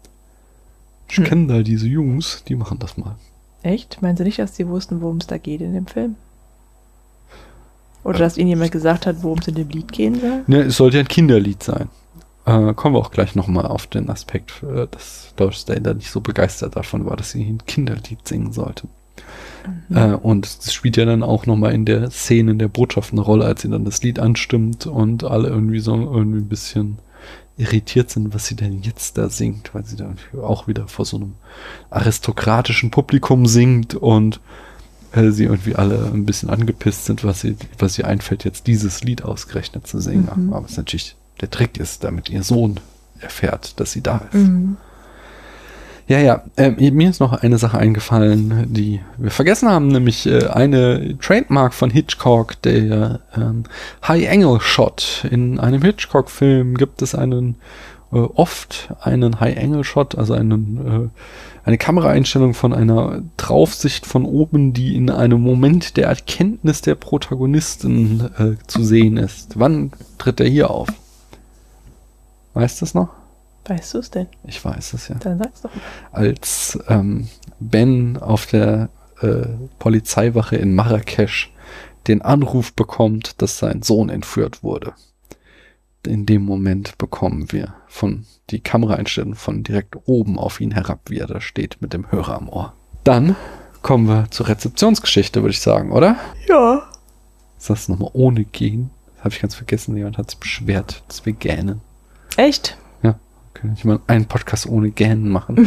A: Ich
B: Hm.
A: kenne da diese Jungs, die machen das mal.
B: Echt? Meinen Sie nicht, dass Sie wussten, worum es da geht in dem Film? Oder dass Ihnen jemand gesagt hat, worum es in dem Lied gehen soll?
A: Ne, es sollte ja ein Kinderlied sein. Äh, kommen wir auch gleich nochmal auf den Aspekt, äh, dass Doris Day da nicht so begeistert davon war, dass sie ein Kinderlied singen sollte.
B: Mhm.
A: Äh, und es spielt ja dann auch nochmal in der Szene, in der Botschaft eine Rolle, als sie dann das Lied anstimmt und alle irgendwie so irgendwie ein bisschen irritiert sind, was sie denn jetzt da singt, weil sie dann auch wieder vor so einem aristokratischen Publikum singt und äh, sie irgendwie alle ein bisschen angepisst sind, was sie, was ihr einfällt, jetzt dieses Lied ausgerechnet zu singen.
B: Mhm.
A: Aber es natürlich der Trick ist, damit ihr Sohn erfährt, dass sie da ist.
B: Mhm.
A: Ja, ja, äh, mir ist noch eine Sache eingefallen, die wir vergessen haben, nämlich äh, eine Trademark von Hitchcock, der ähm, High-Angle-Shot. In einem Hitchcock-Film gibt es einen äh, oft einen High-Angle-Shot, also einen, äh, eine Kameraeinstellung von einer Draufsicht von oben, die in einem Moment der Erkenntnis der Protagonisten äh, zu sehen ist. Wann tritt er hier auf? Weißt du es noch?
B: Weißt du es denn?
A: Ich weiß es ja.
B: Dann sag's doch.
A: Als ähm, Ben auf der äh, Polizeiwache in Marrakesch den Anruf bekommt, dass sein Sohn entführt wurde. In dem Moment bekommen wir von die Kameraeinstellung von direkt oben auf ihn herab, wie er da steht mit dem Hörer am Ohr. Dann kommen wir zur Rezeptionsgeschichte, würde ich sagen, oder?
B: Ja.
A: Ist das nochmal ohne Gähnen? Das habe ich ganz vergessen. Jemand hat sich beschwert, dass wir gähnen.
B: Echt?
A: Kann ich mal einen Podcast ohne Gähnen machen?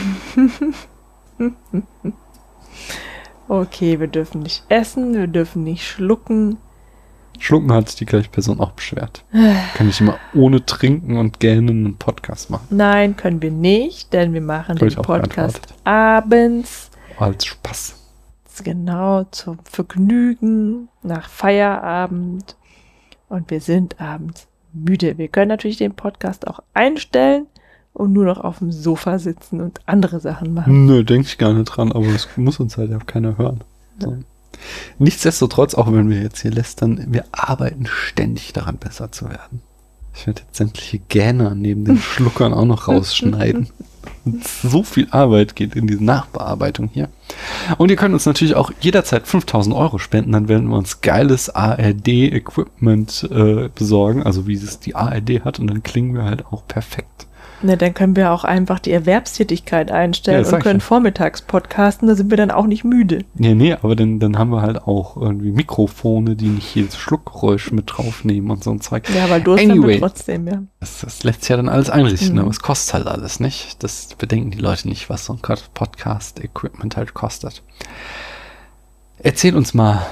B: Okay, wir dürfen nicht essen, wir dürfen nicht schlucken.
A: Schlucken hat sich die gleiche Person auch beschwert. Kann ich immer ohne Trinken und Gähnen einen Podcast machen?
B: Nein, können wir nicht, denn wir machen
A: Hab
B: den
A: ich auch
B: Podcast
A: beantwortet.
B: abends.
A: Als Spaß.
B: Genau, zum Vergnügen, nach Feierabend. Und wir sind abends müde. Wir können natürlich den Podcast auch einstellen und nur noch auf dem Sofa sitzen und andere Sachen machen.
A: Nö, denke ich gar nicht dran, aber es muss uns halt ja keiner hören. So. Nichtsdestotrotz, auch wenn wir jetzt hier lästern, wir arbeiten ständig daran, besser zu werden. Ich werde jetzt sämtliche Gähner neben den Schluckern auch noch rausschneiden. Und so viel Arbeit geht in diese Nachbearbeitung hier. Und ihr könnt uns natürlich auch jederzeit fünftausend Euro spenden, dann werden wir uns geiles A R D-Equipment äh, besorgen, also wie es die A R D hat, und dann klingen wir halt auch perfekt.
B: Ne, dann können wir auch einfach die Erwerbstätigkeit einstellen
A: Ja, das sag
B: und
A: ich
B: können
A: ja.
B: vormittags podcasten, da sind wir dann auch nicht müde.
A: Nee, nee, aber dann, dann haben wir halt auch irgendwie Mikrofone, die nicht jedes Schluckgeräusch mit draufnehmen und so ein Zeug.
B: Ja, weil Durst haben
A: Anyway.
B: wir trotzdem, ja.
A: Das, das lässt sich ja dann alles einrichten,
B: Mhm.
A: aber es kostet halt alles nicht. Das bedenken die Leute nicht, was so ein Podcast-Equipment halt kostet. Erzähl uns mal,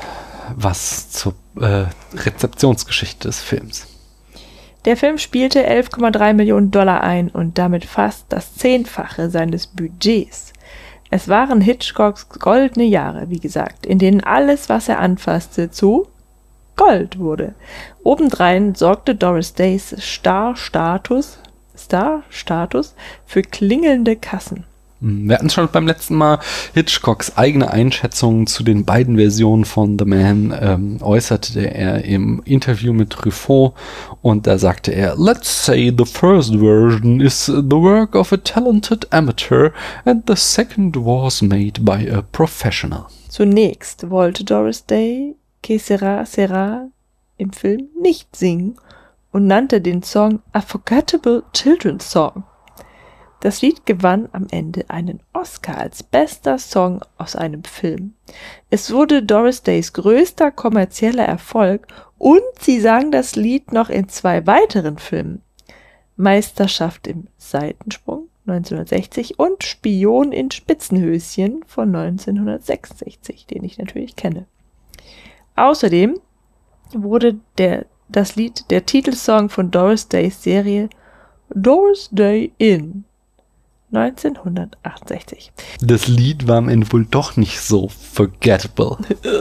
A: was zur äh, Rezeptionsgeschichte des Films.
B: Der Film spielte elf Komma drei Millionen Dollar ein und damit fast das Zehnfache seines Budgets. Es waren Hitchcocks goldene Jahre, wie gesagt, in denen alles, was er anfasste, zu Gold wurde. Obendrein sorgte Doris Days Star-Status, Star-Status für klingelnde Kassen.
A: Wir hatten schon beim letzten Mal Hitchcocks eigene Einschätzungen zu den beiden Versionen von The Man, ähm, äußerte er im Interview mit Truffaut, und da sagte er, "Let's say the first version is the work of a talented amateur and the second was made by a professional."
B: Zunächst wollte Doris Day Que Sera Sera im Film nicht singen und nannte den Song A Forgettable Children's Song. Das Lied gewann am Ende einen Oscar als bester Song aus einem Film. Es wurde Doris Days größter kommerzieller Erfolg und sie sang das Lied noch in zwei weiteren Filmen. Meisterschaft im Seitensprung neunzehnhundertsechzig und Spion in Spitzenhöschen von neunzehnhundertsechsundsechzig, den ich natürlich kenne. Außerdem wurde der, das Lied der Titelsong von Doris Days Serie Doris Day In neunzehnhundertachtundsechzig.
A: Das Lied war am Ende wohl doch nicht so forgettable.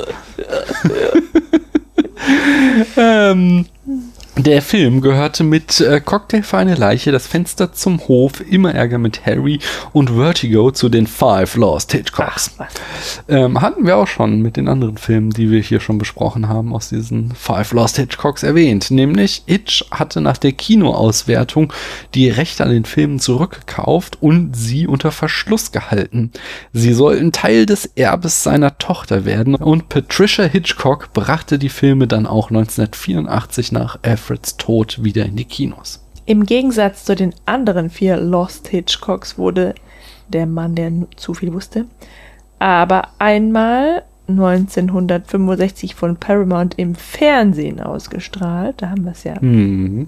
A: ähm, der Film gehörte mit äh, Cocktail für eine Leiche, Das Fenster zum Hof, Immer Ärger mit Harry und Vertigo zu den Five Lost Hitchcocks.
B: Ach,
A: ähm, hatten wir auch schon mit den anderen Filmen, die wir hier schon besprochen haben, aus diesen Five Lost Hitchcocks erwähnt. Nämlich Hitch hatte nach der Kinoauswertung die Rechte an den Filmen zurückgekauft und sie unter Verschluss gehalten. Sie sollten Teil des Erbes seiner Tochter werden, und Patricia Hitchcock brachte die Filme dann auch neunzehnhundertvierundachtzig nach Alfreds Tod wieder in die Kinos.
B: Im Gegensatz zu den anderen vier Lost Hitchcocks wurde der Mann, der zu viel wusste, aber einmal neunzehnhundertfünfundsechzig von Paramount im Fernsehen ausgestrahlt. Da haben wir es ja.
A: Mhm.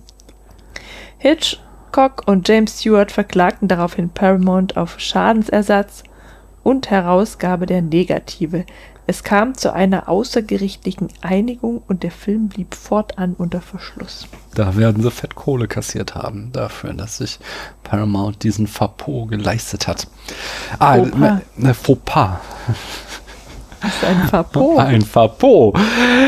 B: Hitchcock und James Stewart verklagten daraufhin Paramount auf Schadensersatz und Herausgabe der Negative. Es kam zu einer außergerichtlichen Einigung und der Film blieb fortan unter Verschluss.
A: Da werden sie fett Kohle kassiert haben dafür, dass sich Paramount diesen Fauxpas geleistet hat. Ah,
B: Fauxpas.
A: ne, ne, Fauxpas.
B: Das ist ein Fauxpas.
A: Ein Fauxpas.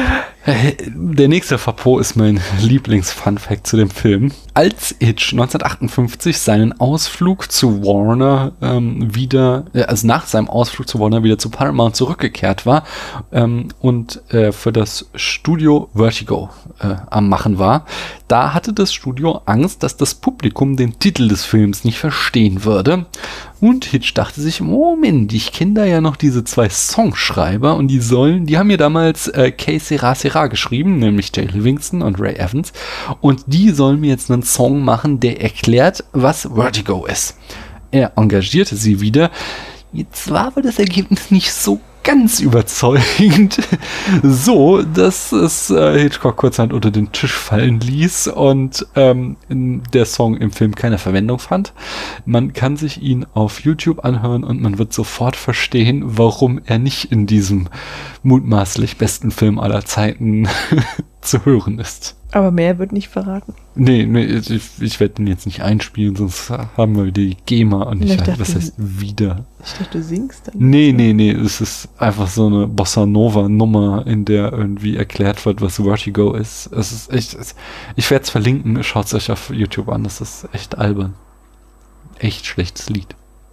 A: Der nächste Fauxpas ist mein Lieblings-Fun-Fact zu dem Film. Als Hitch neunzehnhundertachtundfünfzig seinen Ausflug zu Warner ähm, wieder, äh, also nach seinem Ausflug zu Warner wieder zu Paramount zurückgekehrt war ähm, und äh, für das Studio Vertigo äh, am Machen war, da hatte das Studio Angst, dass das Publikum den Titel des Films nicht verstehen würde. Und Hitch dachte sich, Moment, ich kenne da ja noch diese zwei Songschreiber und die sollen, die haben mir damals äh, Que Sera Sera geschrieben, nämlich Jay Livingston und Ray Evans, und die sollen mir jetzt einen Song machen, der erklärt, was Vertigo ist. Er engagierte sie wieder. Jetzt war aber das Ergebnis nicht so ganz überzeugend, so, dass es äh, Hitchcock kurzerhand unter den Tisch fallen ließ und ähm, der Song im Film keine Verwendung fand. Man kann sich ihn auf YouTube anhören und man wird sofort verstehen, warum er nicht in diesem mutmaßlich besten Film aller Zeiten zu hören ist.
B: Aber mehr wird nicht verraten.
A: Nee, nee, ich, ich werde den jetzt nicht einspielen, sonst haben wir wieder die GEMA und ich,
B: Ich dachte,
A: was heißt wieder?
B: Ich dachte, du singst dann.
A: Nee, nee, nee, es ist einfach so eine Bossa Nova Nummer, in der irgendwie erklärt wird, was Vertigo ist. Es ist echt, es, ich werde es verlinken, schaut es euch auf YouTube an, das ist echt albern. Echt schlechtes Lied.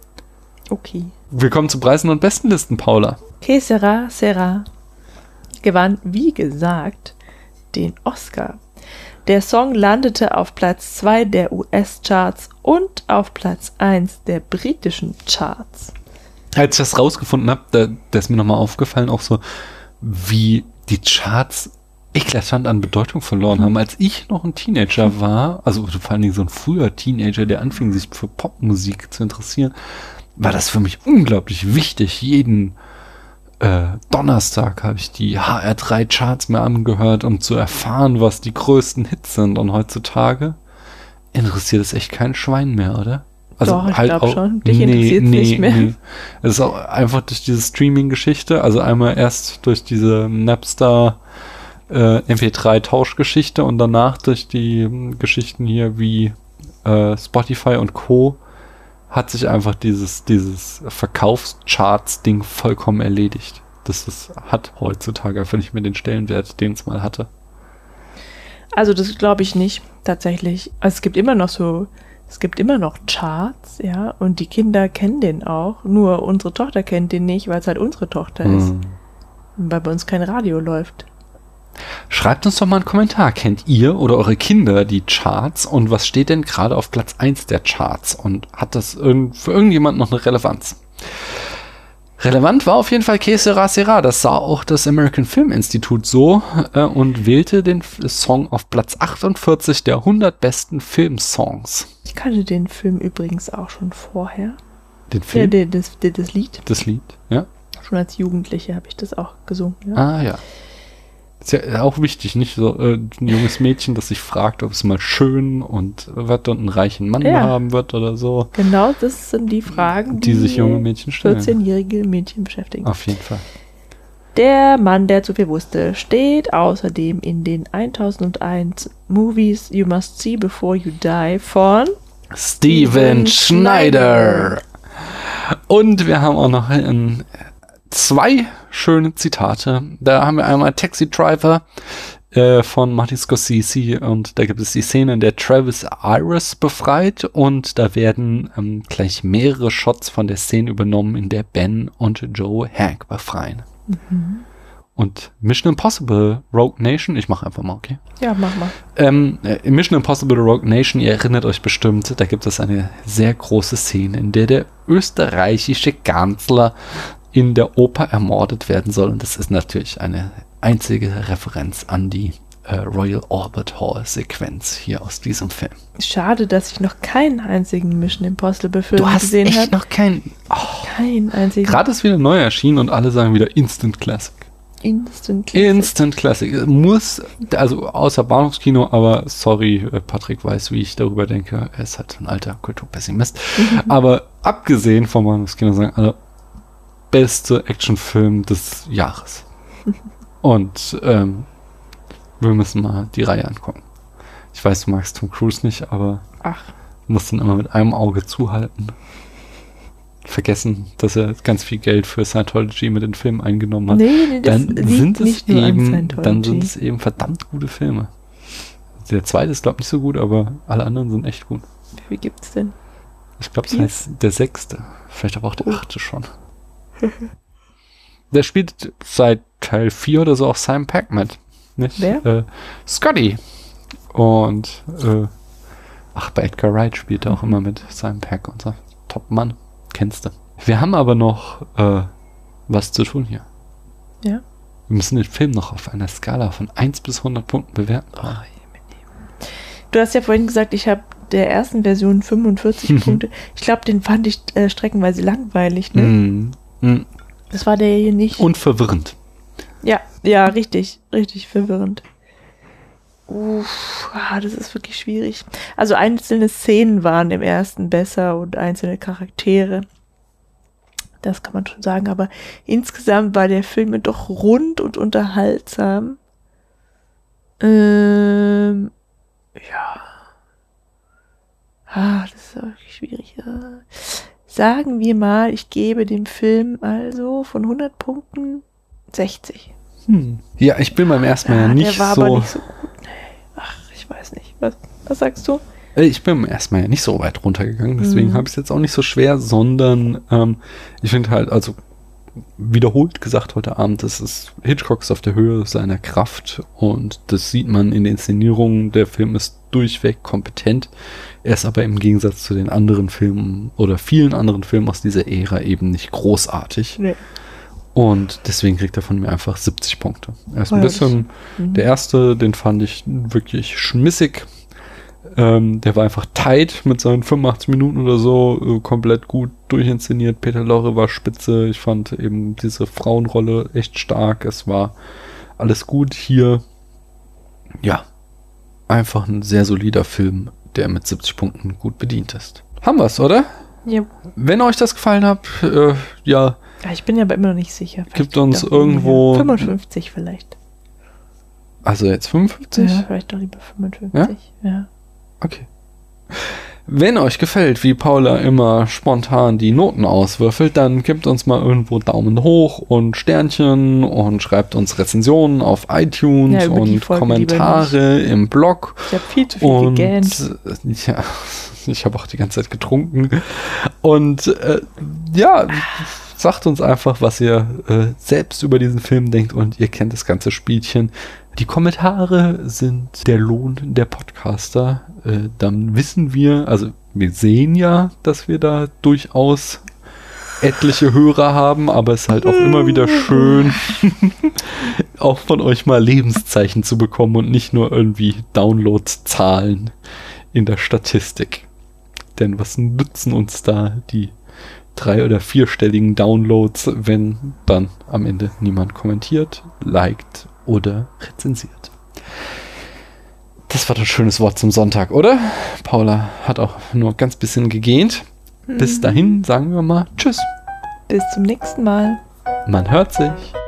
B: Okay.
A: Willkommen zu Preisen und Bestenlisten, Paula.
B: Que Sera Sera gewann, wie gesagt, den Oscar. Der Song landete auf Platz zwei der U S-Charts und auf Platz eins der britischen Charts.
A: Als ich das rausgefunden habe, da, da ist mir nochmal aufgefallen, auch so, wie die Charts eklatant an Bedeutung verloren haben. Als ich noch ein Teenager war, also vor allen Dingen so ein früher Teenager, der anfing, sich für Popmusik zu interessieren, war das für mich unglaublich wichtig. Jeden äh, Donnerstag habe ich die H R drei Charts mir angehört, um zu erfahren, was die größten Hits sind. Und heutzutage interessiert es echt kein Schwein mehr, oder? Also
B: Doch, ich
A: halt
B: glaub
A: auch,
B: schon. Dich interessiert's nicht mehr.
A: Nee. Es ist auch einfach durch diese Streaming-Geschichte, also einmal erst durch diese Napster äh, M P drei Tauschgeschichte und danach durch die ähm, Geschichten hier wie äh, Spotify und Co. hat sich einfach dieses, dieses Verkaufscharts-Ding vollkommen erledigt. Das ist, hat heutzutage einfach nicht mehr den Stellenwert, den es mal hatte.
B: Also das glaube ich nicht, tatsächlich. Also es gibt immer noch so, es gibt immer noch Charts, ja, und die Kinder kennen den auch. Nur unsere Tochter kennt den nicht, weil es halt unsere Tochter ist.
A: Hm.
B: Weil bei uns kein Radio läuft.
A: Schreibt uns doch mal einen Kommentar. Kennt ihr oder eure Kinder die Charts und was steht denn gerade auf Platz eins der Charts und hat das irgend, für irgendjemand noch eine Relevanz? Relevant war auf jeden Fall Que Sera Sera. Das sah auch das American Film Institute so äh, und wählte den F- Song auf Platz achtundvierzig der hundert besten Filmsongs.
B: Ich kannte den Film übrigens auch schon vorher.
A: Den
B: Ja,
A: Film?
B: der, das, der, das Lied.
A: Das Lied, ja.
B: Schon als Jugendliche habe ich das auch gesungen. Ja.
A: Ah, ja. Ist ja auch wichtig, nicht so äh, ein junges Mädchen, das sich fragt, ob es mal schön und wird und einen reichen Mann
B: Ja.
A: haben wird oder so.
B: Genau, das sind die Fragen,
A: Die sich junge Mädchen stellen.
B: vierzehnjährige Mädchen beschäftigen.
A: Auf jeden Fall.
B: Der Mann, der zu viel wusste, steht außerdem in den tausendeins Movies You Must See Before You Die von
A: Steven Schneider. Und wir haben auch noch ein, zwei schöne Zitate. Da haben wir einmal Taxi Driver äh, von Martin Scorsese und da gibt es die Szene, in der Travis Iris befreit und da werden ähm, gleich mehrere Shots von der Szene übernommen, in der Ben und Joe Hank befreien.
B: Mhm.
A: Und Mission Impossible Rogue Nation, ich mache einfach mal, okay?
B: Ja, mach mal.
A: Ähm, in Mission Impossible Rogue Nation, ihr erinnert euch bestimmt, da gibt es eine sehr große Szene, in der der österreichische Kanzler in der Oper ermordet werden soll. Und das ist natürlich eine einzige Referenz an die äh, Royal Albert Hall Sequenz hier aus diesem Film.
B: Schade, dass ich noch keinen einzigen Mission Impossible Film
A: Du hast
B: gesehen
A: echt
B: habe.
A: noch keinen... Oh,
B: Keinen einzigen.
A: gerade ist wieder neu erschienen und alle sagen wieder Instant Classic.
B: Instant Classic.
A: Instant Classic. Muss, also außer Bahnhofskino, aber sorry, äh, Patrick weiß, wie ich darüber denke. Er ist halt ein alter Kulturpessimist. Aber abgesehen vom Bahnhofskino sagen alle, beste Actionfilm des Jahres. Und ähm, wir müssen mal die Reihe angucken. Ich weiß, du magst Tom Cruise nicht, aber
B: Ach,
A: du musst dann immer mit einem Auge zuhalten. Vergessen, dass er ganz viel Geld für Scientology mit den Filmen eingenommen hat.
B: nee, nee, das
A: Dann
B: liegt
A: sind, es
B: nicht nur an
A: eben,
B: Scientology.
A: dann sind es eben verdammt gute Filme. Der zweite ist, glaube ich, nicht so gut, aber alle anderen sind echt gut.
B: Wie viel gibt's denn?
A: Ich glaube, es
B: Vier?
A: heißt der sechste. Vielleicht aber auch der
B: Oh.
A: achte schon. Der spielt seit Teil vier oder so auch Simon Pegg mit. Nicht?
B: Wer?
A: Äh, Scotty. Und äh, ach, bei Edgar Wright spielt er auch immer mit. Simon Pegg, unser Top-Mann. Kennst du. Wir haben aber noch äh, was zu tun hier.
B: Ja.
A: Wir müssen den Film noch auf einer Skala von eins bis hundert Punkten bewerten.
B: Ach, du hast ja vorhin gesagt, ich habe der ersten Version fünfundvierzig Punkte. Ich glaube, den fand ich äh, streckenweise langweilig. Ne?
A: Mm, mm.
B: Das war der hier nicht.
A: Und verwirrend.
B: Ja, ja, richtig, richtig verwirrend. Uff, ah, das ist wirklich schwierig. Also einzelne Szenen waren im ersten besser und einzelne Charaktere. Das kann man schon sagen, aber insgesamt war der Film doch rund und unterhaltsam. Ähm, ja. Ah, das ist wirklich schwierig. Ja. Sagen wir mal, ich gebe dem Film also von hundert Punkten sechzig.
A: Hm. Ja, ich bin beim ersten Mal ja
B: Ah,
A: nicht
B: der war
A: so...
B: aber nicht so gut. Nee. Ach, ich weiß nicht. Was, was sagst du?
A: Äh, Ich bin beim ersten Mal ja nicht so weit runtergegangen, deswegen
B: Mhm.
A: habe ich es jetzt auch nicht so schwer, sondern ähm, ich finde halt, also wiederholt gesagt heute Abend, das ist Hitchcock ist auf der Höhe seiner Kraft und das sieht man in den Inszenierungen. Der Film ist durchweg kompetent. Er ist aber im Gegensatz zu den anderen Filmen oder vielen anderen Filmen aus dieser Ära eben nicht großartig.
B: Nee.
A: Und deswegen kriegt er von mir einfach siebzig Punkte. Er ist
B: Oh
A: ein
B: ja,
A: bisschen,
B: Mhm.
A: der erste, den fand ich wirklich schmissig. Ähm, der war einfach tight mit seinen fünfundachtzig Minuten oder so, äh, komplett gut durchinszeniert. Peter Lorre war spitze. Ich fand eben diese Frauenrolle echt stark. Es war alles gut hier. Ja, einfach ein sehr solider Film, der mit siebzig Punkten gut bedient ist. haben wir es, oder?
B: Ja.
A: Wenn euch das gefallen hat, äh, ja.
B: ja. Ich bin ja aber immer noch nicht sicher. Vielleicht
A: Gibt uns
B: doch
A: irgendwo...
B: fünfundfünfzig vielleicht.
A: Also jetzt fünfundfünfzig?
B: Ja, vielleicht doch lieber fünfundfünfzig. Ja? Ja.
A: Okay. Wenn euch gefällt, wie Paula immer spontan die Noten auswürfelt, dann gebt uns mal irgendwo Daumen hoch und Sternchen und schreibt uns Rezensionen auf iTunes
B: Ja, über die
A: und
B: Folge
A: Kommentare im Blog.
B: Ich habe viel zu viel
A: Und
B: gegähnt.
A: äh, ja, ich habe auch die ganze Zeit getrunken. Und äh, ja, sagt uns einfach, was ihr äh, selbst über diesen Film denkt, und ihr kennt das ganze Spielchen. Die Kommentare sind der Lohn der Podcaster. Äh, dann wissen wir, also wir sehen ja, dass wir da durchaus etliche Hörer haben, aber es ist halt auch immer wieder schön, auch von euch mal Lebenszeichen zu bekommen und nicht nur irgendwie Downloadzahlen in der Statistik. Denn was nützen uns da die drei- oder vierstelligen Downloads, wenn dann am Ende niemand kommentiert, liked oder rezensiert? Das war doch ein schönes Wort zum Sonntag, oder? Paula hat auch nur ein ganz bisschen gegähnt. Bis dahin sagen wir mal Tschüss.
B: Bis zum nächsten Mal.
A: Man hört sich.